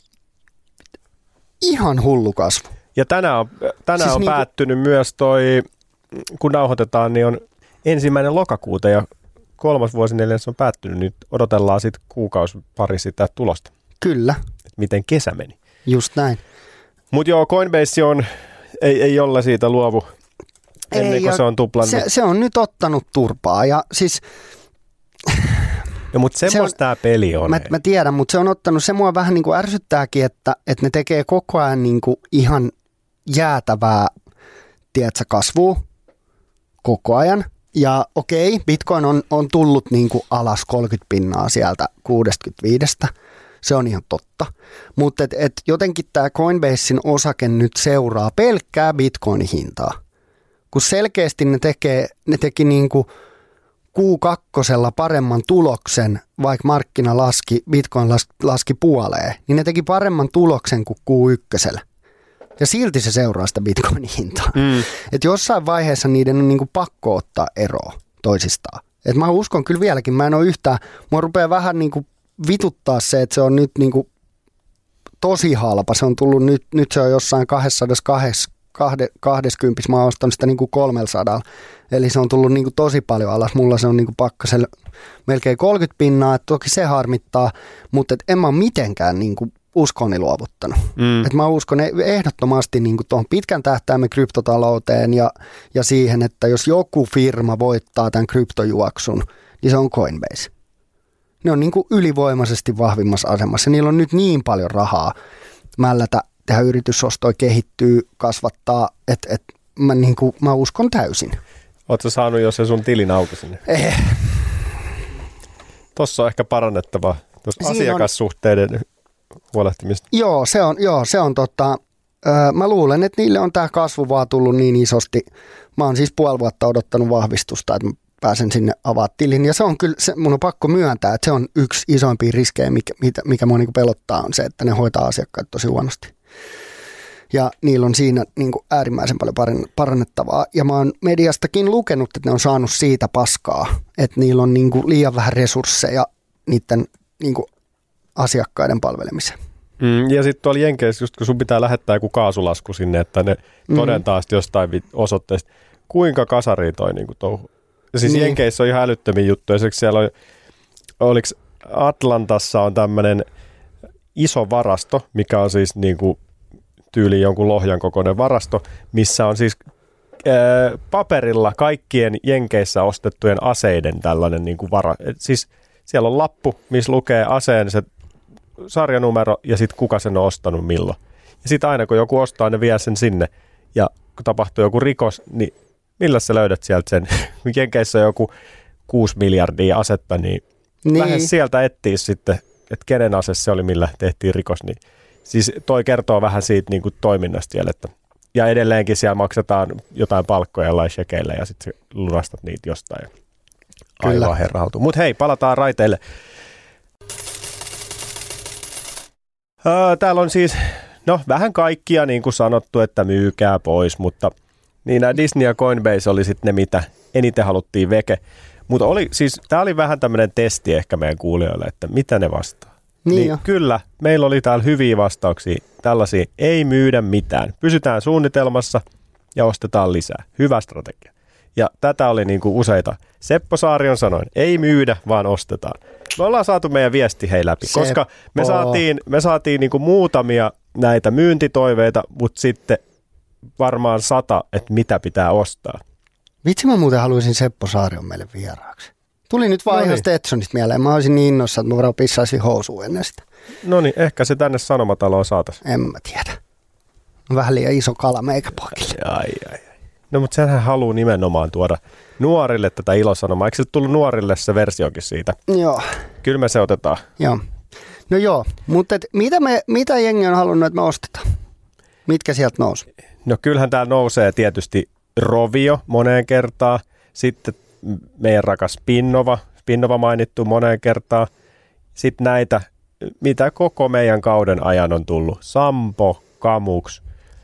ihan hullu kasvu. Ja tänään siis on päättynyt myös kun nauhoitetaan, niin on 1. lokakuuta ja 3. vuosineljännes on päättynyt. Nyt odotellaan sitten kuukausi pari sitä tulosta. Kyllä. Et miten kesä meni. Just näin. Mutta joo, Coinbase ei jolla siitä luovu ennen kuin se on tuplannut. Se on nyt ottanut turpaa ja siis... No, mutta semmoista tämä peli on. Mä tiedän, mutta se on ottanut, se mua vähän niin kuin ärsyttääkin, että ne tekee koko ajan niin kuin ihan jäätävää, tiedätkö, kasvua koko ajan. Ja okei, Bitcoin on tullut niin kuin alas 30% sieltä 65. Se on ihan totta. Mutta jotenkin tämä Coinbasein osake nyt seuraa pelkkää Bitcoinin hintaa. Kun selkeästi ne teki niin kuin Q2 paremman tuloksen, vaikka markkina laski, Bitcoin laski puoleen, niin ne teki paremman tuloksen kuin Q1. Ja silti se seuraa sitä Bitcoinin hintaa. Että jossain vaiheessa niiden on niinku pakko ottaa eroa toisistaan. Et mä uskon kyllä vieläkin, mä en ole yhtään, mua rupeaa vähän niinku vituttaa se, että se on nyt niinku tosi halpa. Se on tullut nyt se on jossain 220, mä oon ostanut sitä niinku 300. Eli se on tullut niinku tosi paljon alas. Mulla se on niinku pakkasella melkein 30%, että toki se harmittaa, mutta en mä ole mitenkään niinku uskoni luovuttanut. Et mä uskon ehdottomasti niin tuohon pitkän tähtäimen kryptotalouteen ja siihen, että jos joku firma voittaa tämän kryptojuoksun, niin se on Coinbase. Ne on niin kuin ylivoimaisesti vahvimmassa asemassa. Niillä on nyt niin paljon rahaa mällätä, tehdä yritysostoja, kehittyy, kasvattaa, että mä uskon täysin. Ootko saanut jo se sun tilin auki sinne? Tossa on ehkä parannettavaa. Tuossa asiakassuhteiden huolehtimista. Joo, se on mä luulen, että niille on tämä kasvu vaan tullut niin isosti. Mä oon siis puoli vuotta odottanut vahvistusta, että mä pääsen sinne avaa tilin. Ja se on kyllä, mun on pakko myöntää, että se on yksi isoimpia riskejä, mikä mua niinku pelottaa, on se, että ne hoitaa asiakkaat tosi huonosti. Ja niillä on siinä niinku äärimmäisen paljon parannettavaa. Ja mä oon mediastakin lukenut, että ne on saanut siitä paskaa, että niillä on niinku liian vähän resursseja niiden niinku asiakkaiden palvelemiseen. Ja sitten tuolla Jenkeissä, just kun sun pitää lähettää joku kaasulasku sinne, että ne todentaa jostain osoitteesta, kuinka kasari toi niinku touhu. Ja siis Jenkeissä on ihan älyttömiä juttuja. Esimerkiksi siellä on, oliko Atlantassa on tämmöinen iso varasto, mikä on siis niinku tyyliin jonkun lohjan kokoinen varasto, missä on siis paperilla kaikkien Jenkeissä ostettujen aseiden tällainen niinku siis siellä on lappu, missä lukee aseen se sarjanumero ja sitten kuka sen on ostanut milloin. Ja sitten aina kun joku ostaa, ne vie sen sinne. Ja kun tapahtuu joku rikos, niin millä sä löydät sieltä sen? Jenkeissä on joku 6 miljardia asetta, niin lähes sieltä etsii sitten, että kenen ase se oli, millä tehtiin rikos. Niin siis toi kertoo vähän siitä niin kuin toiminnasta siellä. Ja edelleenkin siellä maksetaan jotain palkkoja jollain shekeillä ja sitten lunastat niitä jostain. Aivan herrautuu. Mutta hei, palataan raiteille. Täällä on siis, vähän kaikkia niin kuin sanottu, että myykää pois, mutta niin nämä Disney ja Coinbase oli sitten ne, mitä eniten haluttiin veke. Mutta tämä oli vähän tämmöinen testi ehkä meidän kuulijoille, että mitä ne vastaa. Niin kyllä, meillä oli täällä hyviä vastauksia, tällaisia, ei myydä mitään. Pysytään suunnitelmassa ja ostetaan lisää. Hyvä strategia. Ja tätä oli niin kuin useita. Seppo Saarion sanoin, ei myydä, vaan ostetaan. Me ollaan saatu meidän viesti läpi, koska me saatiin niin kuin muutamia näitä myyntitoiveita, mutta sitten varmaan 100, että mitä pitää ostaa. Vitsi, mä muuten haluaisin Seppo Saarion meille vieraaksi. Tuli nyt vaan ihan Stetsonista mieleen. Mä olisin niin innossa, että mä varmaan pissaisin housuun ennen sitä. No niin, ehkä se tänne Sanomataloon saataisiin. En mä tiedä. Vähän liian iso kala meikäpaakille. Ai. No mutta senhän haluaa nimenomaan tuoda nuorille tätä ilosanomaa. Eikö se tullut nuorille se versiokin siitä? Joo. Kyllä me se otetaan. Joo. No joo, mutta mitä jengi on halunnut, että me ostetaan? Mitkä sieltä nousi? No kyllähän täällä nousee tietysti Rovio moneen kertaan. Sitten meidän rakas Spinnova mainittu moneen kertaan. Sitten näitä, mitä koko meidän kauden ajan on tullut. Sampo, Kamux,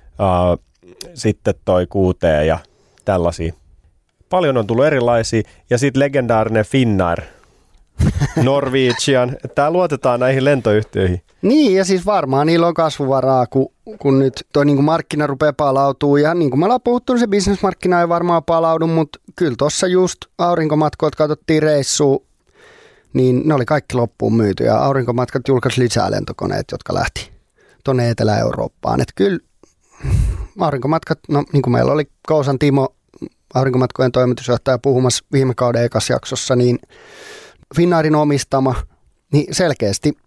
sitten toi QT ja tällaisia. Paljon on tullut erilaisia. Ja sitten legendaarinen Finnair, Norwegian. Tää luotetaan näihin lentoyhtiöihin. Niin, ja siis varmaan niillä on kasvuvaraa, kun nyt toi niin kuin markkina rupeaa palautuu. Ja niin kuin me ollaan puhuttu, niin se bisnesmarkkina ei varmaan palaudu, mutta kyllä tuossa just aurinkomatkoit katsottiin reissuun, niin ne oli kaikki loppuun myyty. Ja aurinkomatkat julkaisi lisää lentokoneet, jotka lähti tuonne Etelä-Eurooppaan. Että kyllä aurinkomatkat, no niin kuin meillä oli Kousan Timo, aurinkomatkojen toimitusjohtaja puhumassa viime kauden ekassa jaksossa, niin Finnairin omistama, niin selkeästi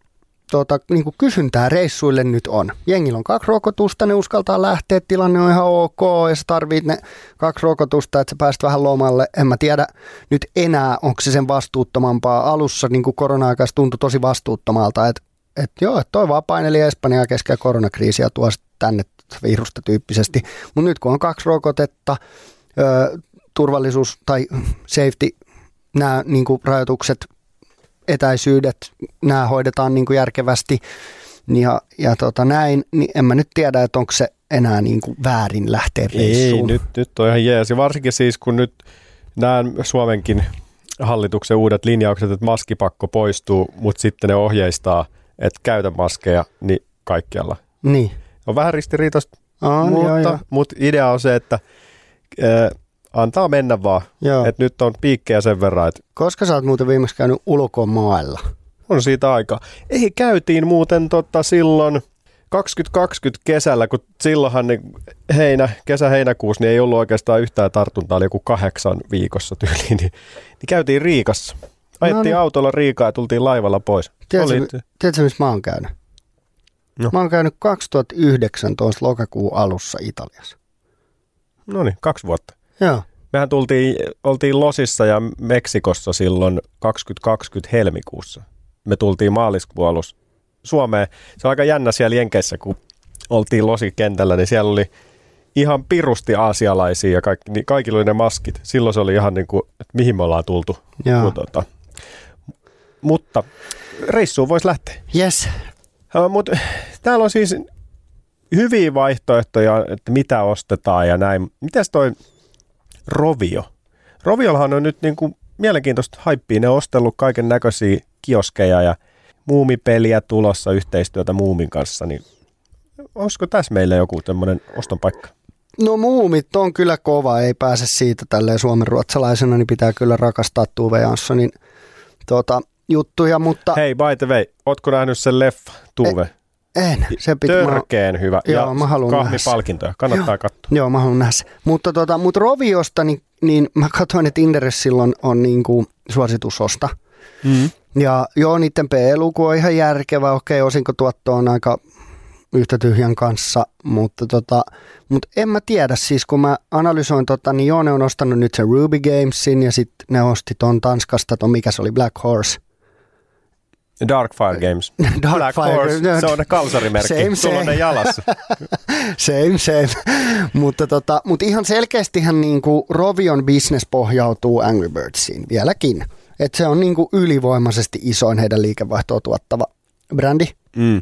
niin kuin kysyntää reissuille nyt on. Jengillä on 2 rokotusta, ne uskaltaa lähteä, tilanne on ihan ok ja sä tarvit ne 2 rokotusta, että sä pääst vähän lomalle. En mä tiedä nyt enää, onko se sen vastuuttomampaa. Alussa niin kuin korona-aikais tuntui tosi vastuuttomalta, että toi vaan paineli Espanjaa keskellä koronakriisiä tuo tänne virusta tyyppisesti. Mutta nyt kun on 2 rokotetta, turvallisuus tai safety, nämä niin kuin rajoitukset, etäisyydet, nämä hoidetaan niin kuin järkevästi ja näin, niin en mä nyt tiedä, että onko se enää niin kuin väärin lähteä reissuun. Ei, nyt on ihan jees. Ja varsinkin siis, kun nyt näen Suomenkin hallituksen uudet linjaukset, että maskipakko poistuu, mutta sitten ne ohjeistaa, että käytä maskeja niin kaikkialla. Niin. On vähän ristiriitoista, Joo. mutta idea on se, että antaa mennä vaan. Että nyt on piikkejä sen verran. Että koska sä oot muuten viimeksi käynyt ulkomailla? On siitä aikaa. Ei, käytiin muuten silloin 2020 kesällä, kun silloinhan kesä-heinäkuussa niin ei ollut oikeastaan yhtään tartuntaa, oli joku 8 viikossa tyyliin, niin käytiin Riikassa. Ajettiin autolla Riikaa ja tultiin laivalla pois. Tiedätkö, missä mä oon käynyt? No. Mä oon käynyt 2019 lokakuun alussa Italiassa. No niin, 2 vuotta. Joo. Mehän oltiin Losissa ja Meksikossa silloin 2020 helmikuussa. Me tultiin maaliskuun alussa Suomeen. Se on aika jännä siellä Jenkeissä, kun oltiin Losi-kentällä, niin siellä oli ihan pirusti aasialaisia ja kaikilla oli ne maskit. Silloin se oli ihan niin kuin, että mihin me ollaan tultu. Mutta reissuun voisi lähteä. Yes. Mutta täällä on siis hyviä vaihtoehtoja, että mitä ostetaan ja näin. Mitäs toi Rovio? Roviollahan on nyt niin kuin mielenkiintoista haippia. Ne on ostellut kaiken näköisiä kioskeja ja muumipeliä tulossa yhteistyötä Muumin kanssa. Niin olisiko tässä meillä joku tämmöinen oston paikka? No muumit on kyllä kova, ei pääse siitä tälleen suomenruotsalaisena, niin pitää kyllä rakastaa Tuve Janssonin juttuja, mutta... Hei, by the way, ootko nähnyt sen leffa, Tuve? En. Törkeen hyvä. Joo, ja mä haluan kahvipalkintoja. Kannattaa katsoa. Joo, mä haluan nähdä se. Mutta Roviosta, niin mä katsoin, että Inderes silloin on niin kuin suositusosta. Mm. Ja joo, niiden PE-luku on ihan järkevä. Okei, osinkotuotto on aika yhtä tyhjän kanssa, mutta en mä tiedä. Siis kun mä analysoin niin joo, ne on ostanut nyt sen Ruby Gamesin ja sitten ne osti ton Tanskasta, mikä se oli, Black Horse. Darkfire Games. Black Horse, se on kalsarimerkki. Sulla on ne jalassa. Same. Mutta ihan selkeästihän niinku Rovion business pohjautuu Angry Birdsiin vieläkin. Et se on niinku ylivoimaisesti isoin heidän liikevaihtoa tuottava brändi. Mm.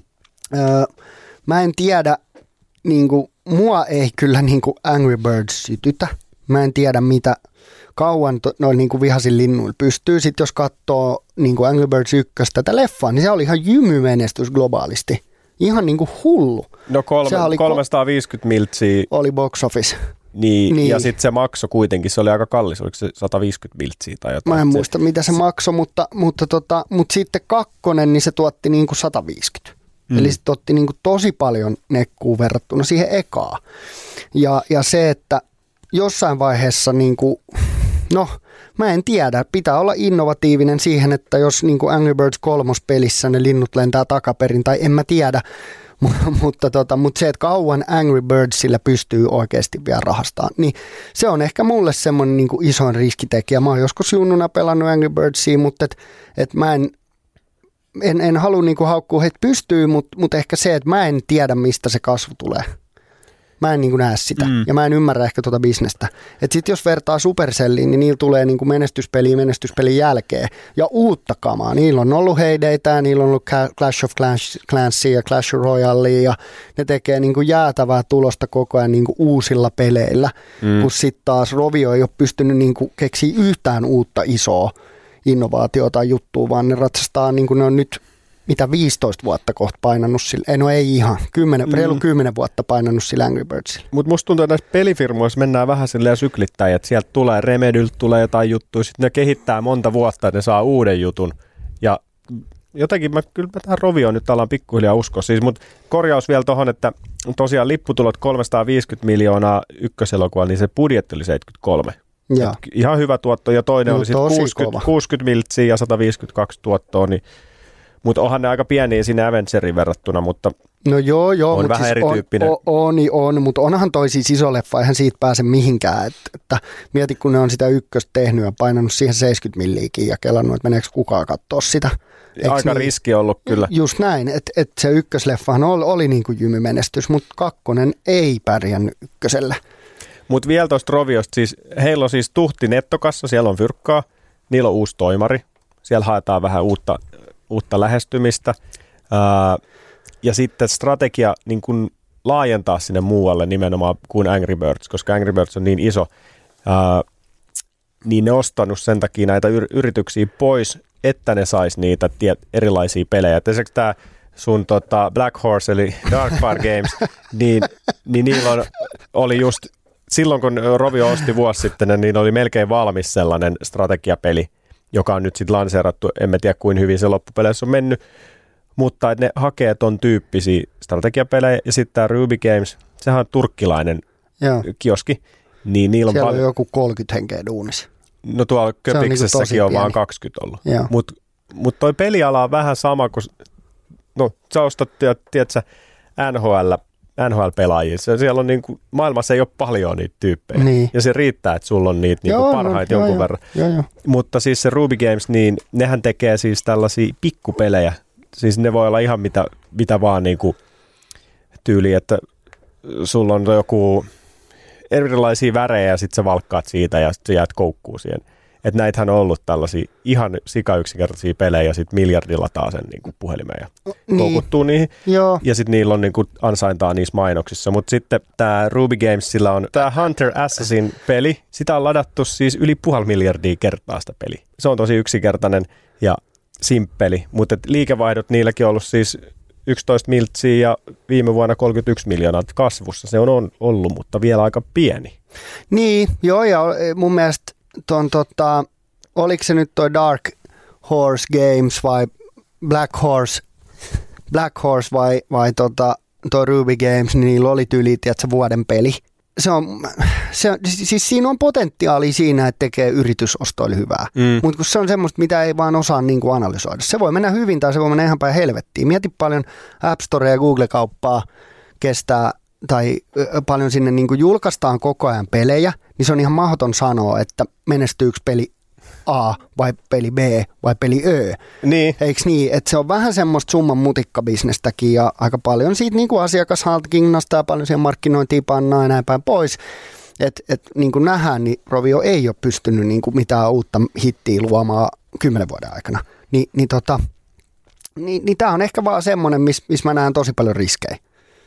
Mä en tiedä, niinku, mua ei kyllä niinku Angry Birds sytytä. Mä en tiedä mitä kauan noin niinku vihasin linnuilla pystyy. Sitten jos katsoo niinku Angry Birds 1 tätä leffaa, niin se oli ihan jymymenestys globaalisti. Ihan niinku hullu. No 350 miltsiä. Oli box office. Niin. Ja sitten se maksoi kuitenkin, se oli aika kallis, oliko se 150 miltsiä tai jotain? Mä en muista mitä se maksoi, mutta sitten 2, niin se tuotti niinku 150. Eli se tuotti niinku tosi paljon nekkuun verrattuna siihen ekaan. Ja se, että jossain vaiheessa niinku, no mä en tiedä, pitää olla innovatiivinen siihen, että jos niinku Angry Birds 3 pelissä ne linnut lentää takaperin tai en mä tiedä, mutta se, että kauan Angry Birdsillä pystyy oikeasti vielä rahastamaan, niin se on ehkä mulle semmoinen niinku isoin riskitekijä. Mä oon joskus junnuna pelannut Angry Birdsia, mutta et mä en halua niinku haukkua heitä pystyy, mutta ehkä se, että mä en tiedä mistä se kasvu tulee. Mä en niinku näe sitä ja mä en ymmärrä ehkä tuota bisnestä. Että sit jos vertaa Supercelliin, niin niillä tulee niinku menestyspelin jälkeen ja uutta kamaa. Niillä on ollut Heydeitä, niillä on ollut Clash of Clansia ja Clash Royalea ja ne tekee niinku jäätävää tulosta koko ajan niinku uusilla peleillä. Kun sitten taas Rovio ei ole pystynyt niinku keksiä yhtään uutta isoa innovaatiota tai juttua, vaan ne ratsastaa niinku ne on nyt 15 vuotta kohta painannut sille, no ei ihan, reilu 10 vuotta painannut sille Angry Birdsille. Mutta musta tuntuu, että näissä pelifirmoissa mennään vähän silleen syklittäin, että sieltä tulee Remedyltä tulee jotain juttuja, sitten ne kehittää monta vuotta, että ne saa uuden jutun. Ja jotenkin kyllä tähän Rovioon nyt ollaan pikkuhiljaa uskoa. Siis, mutta korjaus vielä tuohon, että tosiaan lipputulot 350 miljoonaa ykköselokuvalla, niin se budjetti oli 73. Ihan hyvä tuotto, ja toinen oli sitten 60 miltsiä ja 152 tuottoa, niin Mutta onhan ne aika pieniä sinne Avengeriin verrattuna, mutta no joo, on vähän siis erityyppinen. On, mutta onhan toi siis iso leffa, eihän siitä pääse mihinkään. Että mieti, kun ne on sitä ykköstä tehnyt ja painanut siihen 70 milliäkin ja kelannut, että meneekö kukaan katsoa sitä. Aika niin? Riski ollut kyllä. Just näin, että se ykkösleffahan oli niin kuin jymymenestys, mutta kakkonen ei pärjännyt ykköselle. Mutta vielä tuosta Roviosta, siis heillä on siis tuhti nettokassa, siellä on fyrkkaa, niillä on uusi toimari, siellä haetaan vähän uutta lähestymistä ja sitten strategia niin kun laajentaa sinne muualle nimenomaan kuin Angry Birds, koska Angry Birds on niin iso, niin ne ostanut sen takia näitä yrityksiä pois, että ne sais niitä erilaisia pelejä. Esimerkiksi tämä sun Black Horse eli Darkfire Games, niin niillä oli just silloin, kun Rovio osti vuosi sitten, niin oli melkein valmis sellainen strategiapeli, joka on nyt sitten lanseerattu. Emme tiedä, kuin hyvin se loppupeleissä on mennyt, mutta että ne hakee ton tyyppisiä strategiapelejä. Ja sitten tämä Ruby Games, sehän on turkkilainen kioski. Niin niillä on siellä on joku 30 henkeä duunissa. No tuolla Köpiksessäkin on vaan 20 ollut. Mutta toi peliala on vähän sama kuin, no sä ostat, tiedätkö, NHL-pelaajia. Siellä on niinku, maailmassa ei ole paljon niitä tyyppejä. Niin. Ja se riittää, että sulla on niitä niinku parhaita jonkun verran. Joo. Mutta siis se Ruby Games, niin nehän tekee siis tällaisia pikkupelejä. Siis ne voi olla ihan mitä vaan niinku tyyli, että sulla on joku erilaisia värejä ja sitten sä valkkaat siitä ja sitten sä jäät koukkuun siihen. Että näitähän on ollut tällaisia ihan sikayksinkertaisia pelejä ja sitten miljardilla taas sen niinku puhelimeen ja koukuttuu niihin. Joo. Ja sitten niillä on niinku ansaintaa niissä mainoksissa. Mutta sitten tämä Ruby Games, sillä on tämä Hunter Assassin peli. Sitä on ladattu siis yli 500 miljardia kertaa sitä peliä. Se on tosi yksinkertainen ja simppeli, mutta liikevaihdot niilläkin on ollut siis 11 miltsiä ja viime vuonna 31 miljoonaa kasvussa. Se on ollut, mutta vielä aika pieni. Niin, joo, ja mun mielestä oliko se nyt toi Dark Horse Games vai Black Horse vai toi Ruby Games, niin niillä oli tyyli, tiedätkö, vuoden peli. Siis siinä on potentiaalia siinä, että tekee yritysostoille hyvää, mutta kun se on semmoista, mitä ei vaan osaa niin kuin analysoida. Se voi mennä hyvin tai se voi mennä ihan päin helvettiin. Mieti paljon App Store ja Google-kauppaa kestää tai paljon sinne niin kuin julkaistaan koko ajan pelejä, niin se on ihan mahdoton sanoa, että menestyykö peli A vai peli B vai peli Ö. Niin. Eikö niin? Että se on vähän semmoista summan mutikkabisnestäkin ja aika paljon siitä niin kuin asiakashankinnasta ja paljon siihen markkinointiin pannaan ja näin päin pois. Että niin kuin nähdään, niin Rovio ei ole pystynyt niin kuin mitään uutta hittiä luomaan 10 vuoden aikana. Niin tämä on ehkä vaan semmoinen, missä mä näen tosi paljon riskejä.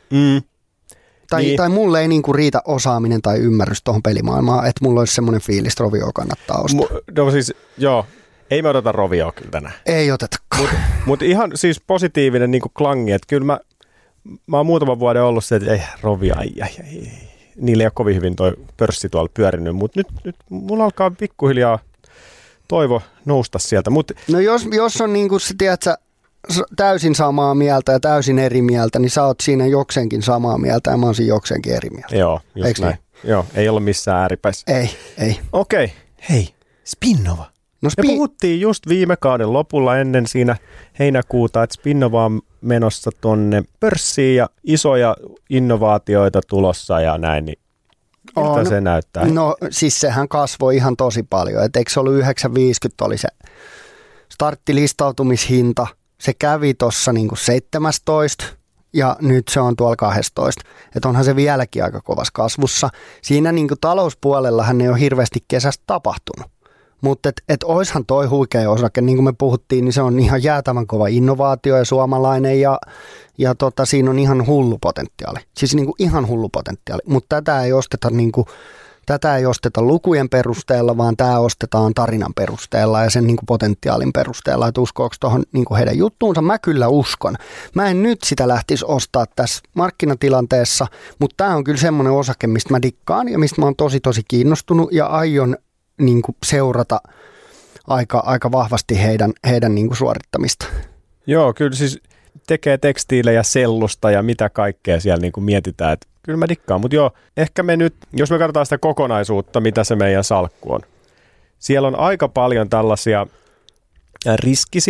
Tai mulle ei niinku riitä osaaminen tai ymmärrys tuohon pelimaailmaan, että mulla olisi semmoinen fiilis, että Rovio kannattaa ostaa. No siis, joo, ei me odota Rovioa kyllä tänään. Ei otetakaan. Mutta ihan siis positiivinen niinku klangi, että kyllä mä oon muutaman vuoden ollut se, että ei Rovio, ei. Niillä ei ole kovin hyvin toi pörssi tuolla pyörinyt, mutta nyt mulla alkaa pikkuhiljaa toivo nousta sieltä. No jos on niinku se, tiedätkö, täysin samaa mieltä ja täysin eri mieltä, niin sä oot siinä jokseenkin samaa mieltä ja mä oon siinä jokseenkin eri mieltä. Joo, just eiks näin. Niin? Joo, ei ole missään ääripäissä. Ei. Okei, hei, Spinnova. Me puhuttiin just viime kauden lopulla ennen siinä heinäkuuta, että Spinnova on menossa tuonne pörssiin ja isoja innovaatioita tulossa ja näin, niin miltä se näyttää? No siis sehän kasvoi ihan tosi paljon, et eikö se ollut 9,50 oli se starttilistautumishinta. Se kävi tuossa niinku 17 ja nyt se on tuolla 12. Että onhan se vieläkin aika kovassa kasvussa. Siinä niinku talouspuolellahan ei ole hirveästi kesästä tapahtunut. Mutta et oishan toi huikea osake, niin kuin me puhuttiin, niin se on ihan jäätävän kova innovaatio ja suomalainen ja siinä on ihan hullu potentiaali. Siis niinku ihan hullu potentiaali, mutta tätä ei osteta lukujen perusteella, vaan tämä ostetaan tarinan perusteella ja sen niin kuin potentiaalin perusteella, että uskoako tuohon niin kuin heidän juttuunsa. Mä kyllä uskon. Mä en nyt sitä lähtisi ostaa tässä markkinatilanteessa, mutta tämä on kyllä semmoinen osake, mistä mä dikkaan ja mistä mä oon tosi kiinnostunut ja aion niin kuin seurata aika vahvasti heidän niin kuin suorittamista. Joo, kyllä siis tekee tekstiilejä sellusta ja mitä kaikkea siellä niin kuin mietitään, että kyllä mä dikkaan, mutta joo, ehkä me nyt, jos me katsotaan sitä kokonaisuutta, mitä se meidän salkku on. Siellä on aika paljon tällaisia riskisiä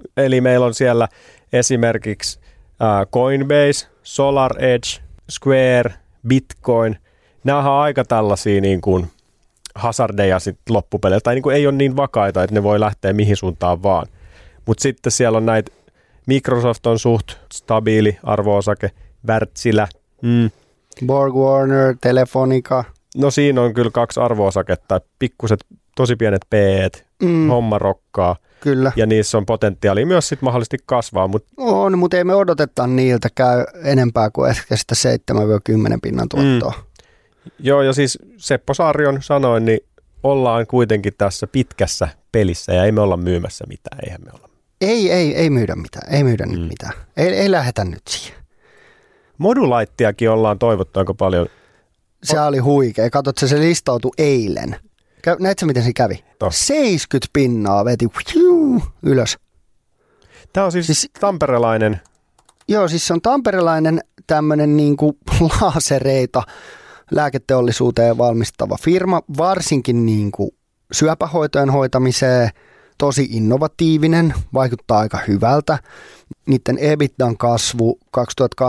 Eli meillä on siellä esimerkiksi Coinbase, SolarEdge, Square, Bitcoin. Nämä on aika tällaisia niin kuin hazardeja sitten loppupeleillä, tai niin kuin ei ole niin vakaita, että ne voi lähteä mihin suuntaan vaan. Mutta sitten siellä on näitä, Microsoft on suht stabiili arvo-osake, Wärtsilä, Borg Warner, Telefonica. No siinä on kyllä 2 arvo-osaketta, pikkuset, tosi pienet P-et, homma rokkaa. Kyllä. Ja niissä on potentiaalia myös sitten mahdollisesti kasvaa. On, mutta ei me odoteta niiltä käy enempää kuin ehkä sitä 7-10 pinnan tuottoa. Joo, ja siis Seppo Saarion sanoin, niin ollaan kuitenkin tässä pitkässä pelissä ja ei me olla myymässä mitään, eihän me olla. Ei myydä mitään, ei myydä nyt mitään. Ei lähdetä nyt siihen. Modulaittiakin ollaan toivottu aika paljon. Se oli huikea. Katsotko, se listautui eilen. Näetkö, miten se kävi? 70 pinnaa veti ylös. Tämä on siis tamperelainen. Joo, siis se on tamperelainen tämmöinen niinku laasereita lääketeollisuuteen valmistava firma, varsinkin niinku syöpähoitojen hoitamiseen, tosi innovatiivinen, vaikuttaa aika hyvältä. Niiden EBITDAn kasvu 2018-2020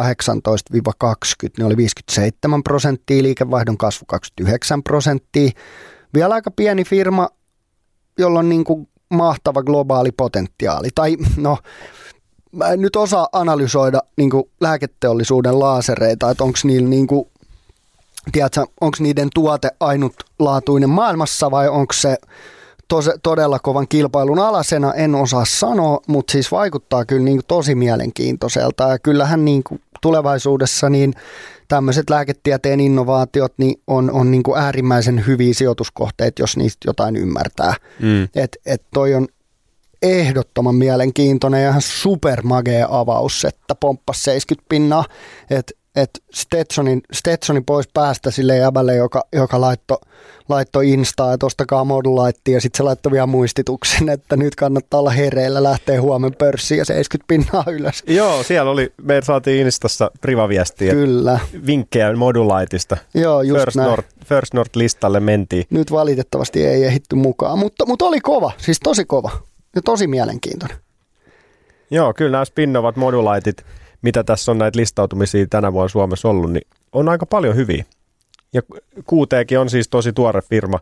ne oli 57%, liikevaihdon kasvu 29%. Vielä aika pieni firma, jolla on niin kuin mahtava globaali potentiaali. Tai no, mä en nyt osaa analysoida niin kuin lääketeollisuuden laasereita, että onko niillä niin kuin, tiedätkö, onko niiden tuote ainutlaatuinen maailmassa vai onko se todella kovan kilpailun alasena, en osaa sanoa, mutta siis vaikuttaa kyllä niin kuin tosi mielenkiintoiselta. Ja kyllähän niin kuin tulevaisuudessa niin tämmöiset lääketieteen innovaatiot niin on niin kuin äärimmäisen hyviä sijoituskohteita, jos niistä jotain ymmärtää. Et toi on ehdottoman mielenkiintoinen ja ihan supermagea avaus, että pomppasi 70 pinnaa, että Stetsonin pois päästä sille jäbälle, joka laittoi Instaa, että ostakaa Modulaittia, ja sitten se laittoi vielä muistituksen, että nyt kannattaa olla hereillä, lähtee huomen pörssiin ja 70 pinnaa ylös. Joo, siellä oli, me saatiin Instassa privaviestiä. Kyllä. Vinkkejä Modulaitista. Joo, just First North-listalle mentiin. Nyt valitettavasti ei ehditty mukaan, mutta oli kova, siis tosi kova ja tosi mielenkiintoinen. Joo, kyllä nämä spinnovat Modulaitit, mitä tässä on näitä listautumisia tänä vuonna Suomessa ollut, niin on aika paljon hyviä. Ja QTkin on siis tosi tuore firma,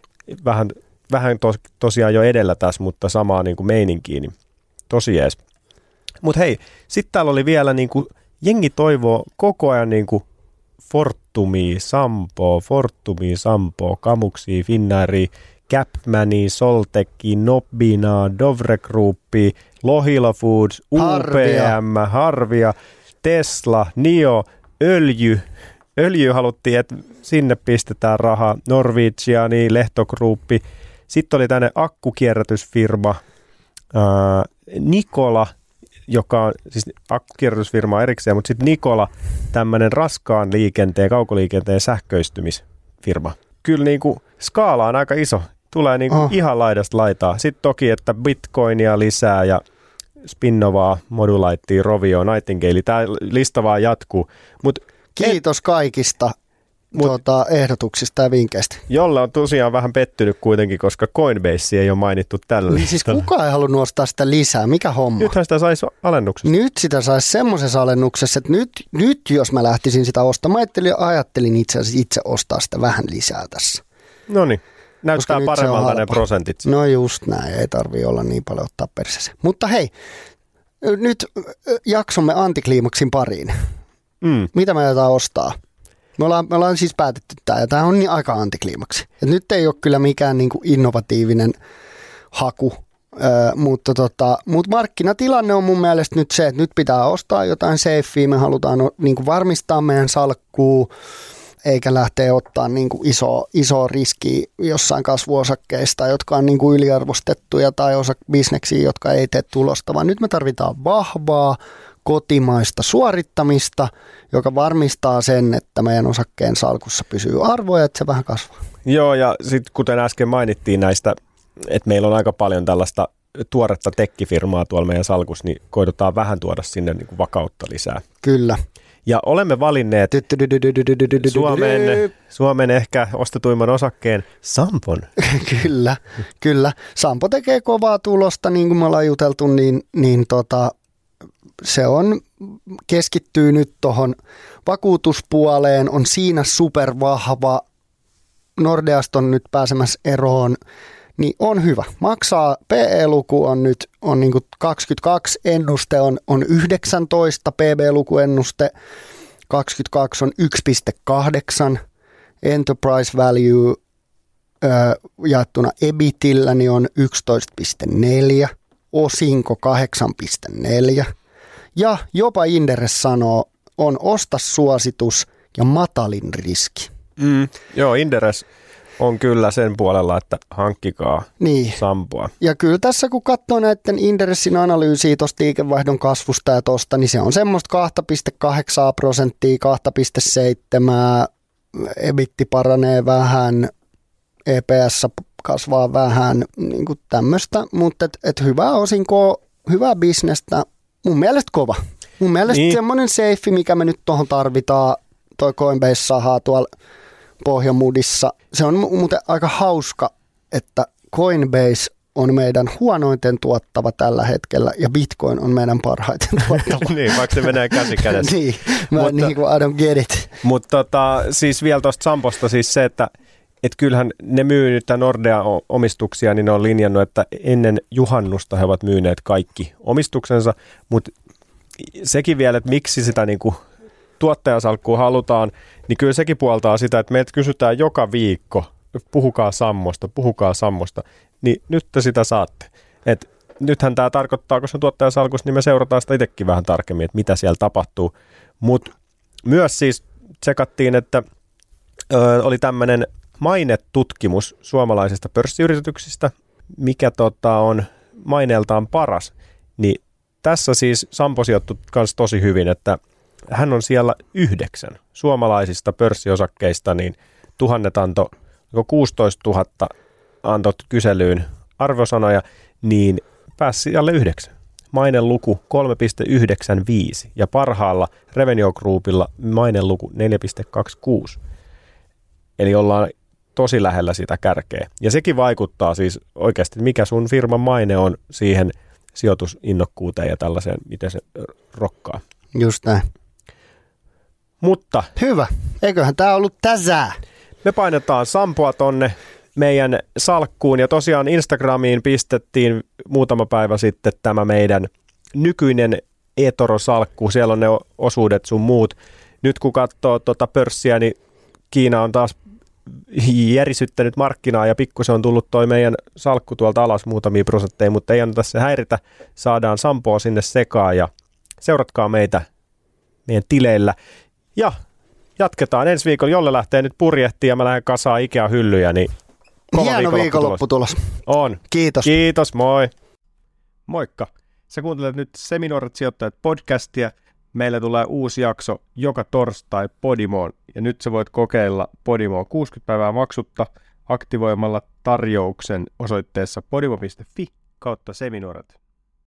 vähän tosiaan jo edellä tässä, mutta samaa niin kuin meininkiä, niin tosi jees. Mutta hei, sitten täällä oli vielä niin kuin, jengi toivoo koko ajan niin kuin Fortumia, Sampo, Kamuksia, Finnairia, Capmania, Solteckia, Nobinaa, Dovre Groupia, Lohila Foods, UPM, Harvia, Tesla, NIO, Öljy haluttiin, että sinne pistetään rahaa, Norwegiani, Lehtogroupi. Sitten oli tänne akkukierrätysfirma, Nikola, joka on siis akkukierrätysfirma erikseen, mutta sitten Nikola, tämmöinen raskaan liikenteen, kaukoliikenteen sähköistymisfirma. Kyllä niin kuin skaala on aika iso. Tulee niin kuin ihan laidasta laitaa. Sitten toki, että Bitcoinia lisää ja spinnovaa, Modulaittia, Rovio, Nightingale. Tämä lista vaan jatkuu. Kiitos kaikista ehdotuksista ja vinkkeistä. Jolle on tosiaan vähän pettynyt kuitenkin, koska Coinbase ei ole mainittu tällä niin siis kukaan ei halunnut nostaa sitä lisää. Mikä homma? Nythän sitä saisi alennuksessa. Nyt sitä saisi semmoisessa alennuksessa, että nyt jos mä lähtisin sitä ostamaan, ajattelin itse asiassa itse ostaa sitä vähän lisää tässä. No niin. Näyttää paremmalta ne prosentit. No just näin, ei tarvitse olla niin paljon ottaa perseeseen. Mutta hei, nyt jaksomme antikliimaksin pariin. Mitä me aiotaan ostaa? Me ollaan siis päätetty tämä, ja tämä on niin aika antikliimaksi. Et nyt ei ole kyllä mikään niinku innovatiivinen haku, mutta markkinatilanne on mun mielestä nyt se, että nyt pitää ostaa jotain safea, me halutaan niinku varmistaa meidän salkkuu, eikä lähteä ottaa niinku isoa riskiä jossain kasvuosakkeista, jotka on niinku yliarvostettuja tai bisneksiä, jotka ei tee tulosta, vaan nyt me tarvitaan vahvaa kotimaista suorittamista, joka varmistaa sen, että meidän osakkeen salkussa pysyy arvo ja että se vähän kasvaa. Joo, ja sitten kuten äsken mainittiin näistä, että meillä on aika paljon tällaista tuoretta tekkifirmaa tuolla meidän salkussa, niin koitetaan vähän tuoda sinne niinku vakautta lisää. Kyllä. Ja olemme valinneet Suomen ehkä ostetuimman osakkeen Sampon. Kyllä. Sampo tekee kovaa tulosta, niin kuin me ollaan juteltu, niin se on, keskittyy nyt tuohon vakuutuspuoleen, on siinä supervahva. Nordeasta on nyt pääsemässä eroon, niin on hyvä. Maksaa, PE-luku on nyt niin kuin 22, ennuste on 19, PB-lukuennuste 22 on 1,8, enterprise value jaettuna EBITillä niin on 11,4, osinko 8,4 ja jopa Inderes sanoo, on ostasuositus ja matalin riski. Joo, Inderes on kyllä sen puolella, että hankkikaa Sampoa. Ja kyllä tässä kun katsoo näiden Inderesin analyysiä tuosta liikevaihdon kasvusta ja tuosta, niin se on semmoista 2,8%, 2,7%, EBITti paranee vähän, EPS kasvaa vähän, niin kuin tämmöistä, mutta et hyvää osinkoa, hyvää bisnestä, mun mielestä kova. Mun mielestä semmoinen safe, mikä me nyt tuohon tarvitaan, toi Coinbase sahaa tuolla Pohjamudissa. Se on muuten aika hauska, että Coinbase on meidän huonoiten tuottava tällä hetkellä ja Bitcoin on meidän parhaiten tuottava. Niin, vaikka se menee käsi kädessä. Niin, niin kuin I don't get it. Mutta siis vielä tuosta Samposta siis se, että kyllähän ne myy nyt Nordea-omistuksia, niin ne on linjannut, että ennen juhannusta he ovat myyneet kaikki omistuksensa, mutta sekin vielä, että miksi sitä niinku tuottajasalkkua halutaan, niin kyllä sekin puoltaa sitä, että meiltä kysytään joka viikko, puhukaa Sammosta, niin nyt te sitä saatte. Et nythän tämä tarkoittaa, kun se tuottajasalkus, niin me seurataan sitä itsekin vähän tarkemmin, että mitä siellä tapahtuu. Mutta myös siis tsekattiin, että oli tämmöinen mainetutkimus suomalaisista pörssiyrityksistä, mikä on maineeltaan paras, niin tässä siis Sampo sijoittui myös tosi hyvin, että hän on siellä 9 suomalaisista pörssiosakkeista, niin 16 000 antoi kyselyyn arvosanoja, niin pääsi siellä 9. Maineluku 3,95 ja parhaalla Revenio Groupilla maineluku 4,26. Eli ollaan tosi lähellä sitä kärkeä. Ja sekin vaikuttaa siis oikeasti, mikä sun firman maine on siihen sijoitusinnokkuuteen ja tällaiseen, miten se rokkaa. Just näin. Mutta hyvä. Eiköhän tämä ollut tässä. Me painetaan Sampoa tonne meidän salkkuun ja tosiaan Instagramiin pistettiin muutama päivä sitten tämä meidän nykyinen eToro-salkku. Siellä on ne osuudet sun muut. Nyt kun katsoo pörssiä, niin Kiina on taas järisyttänyt markkinaa ja pikkusen on tullut toi meidän salkku tuolta alas muutamia prosentteja, mutta ei anneta se häiritä. Saadaan Sampoa sinne sekaan ja seuratkaa meitä meidän tileillä. Ja jatketaan ensi viikolla, jolle lähtee nyt purjehtiin ja mä lähden kasaan Ikea-hyllyjä, niin hieno viikonlopputulos. On. Kiitos. Kiitos, moi. Moikka. Sä kuuntelet nyt Seminuoret sijoittajat podcastia. Meillä tulee uusi jakso joka torstai Podimoon ja nyt sä voit kokeilla Podimoa 60 päivää maksutta aktivoimalla tarjouksen osoitteessa podimo.fi/Seminuoret.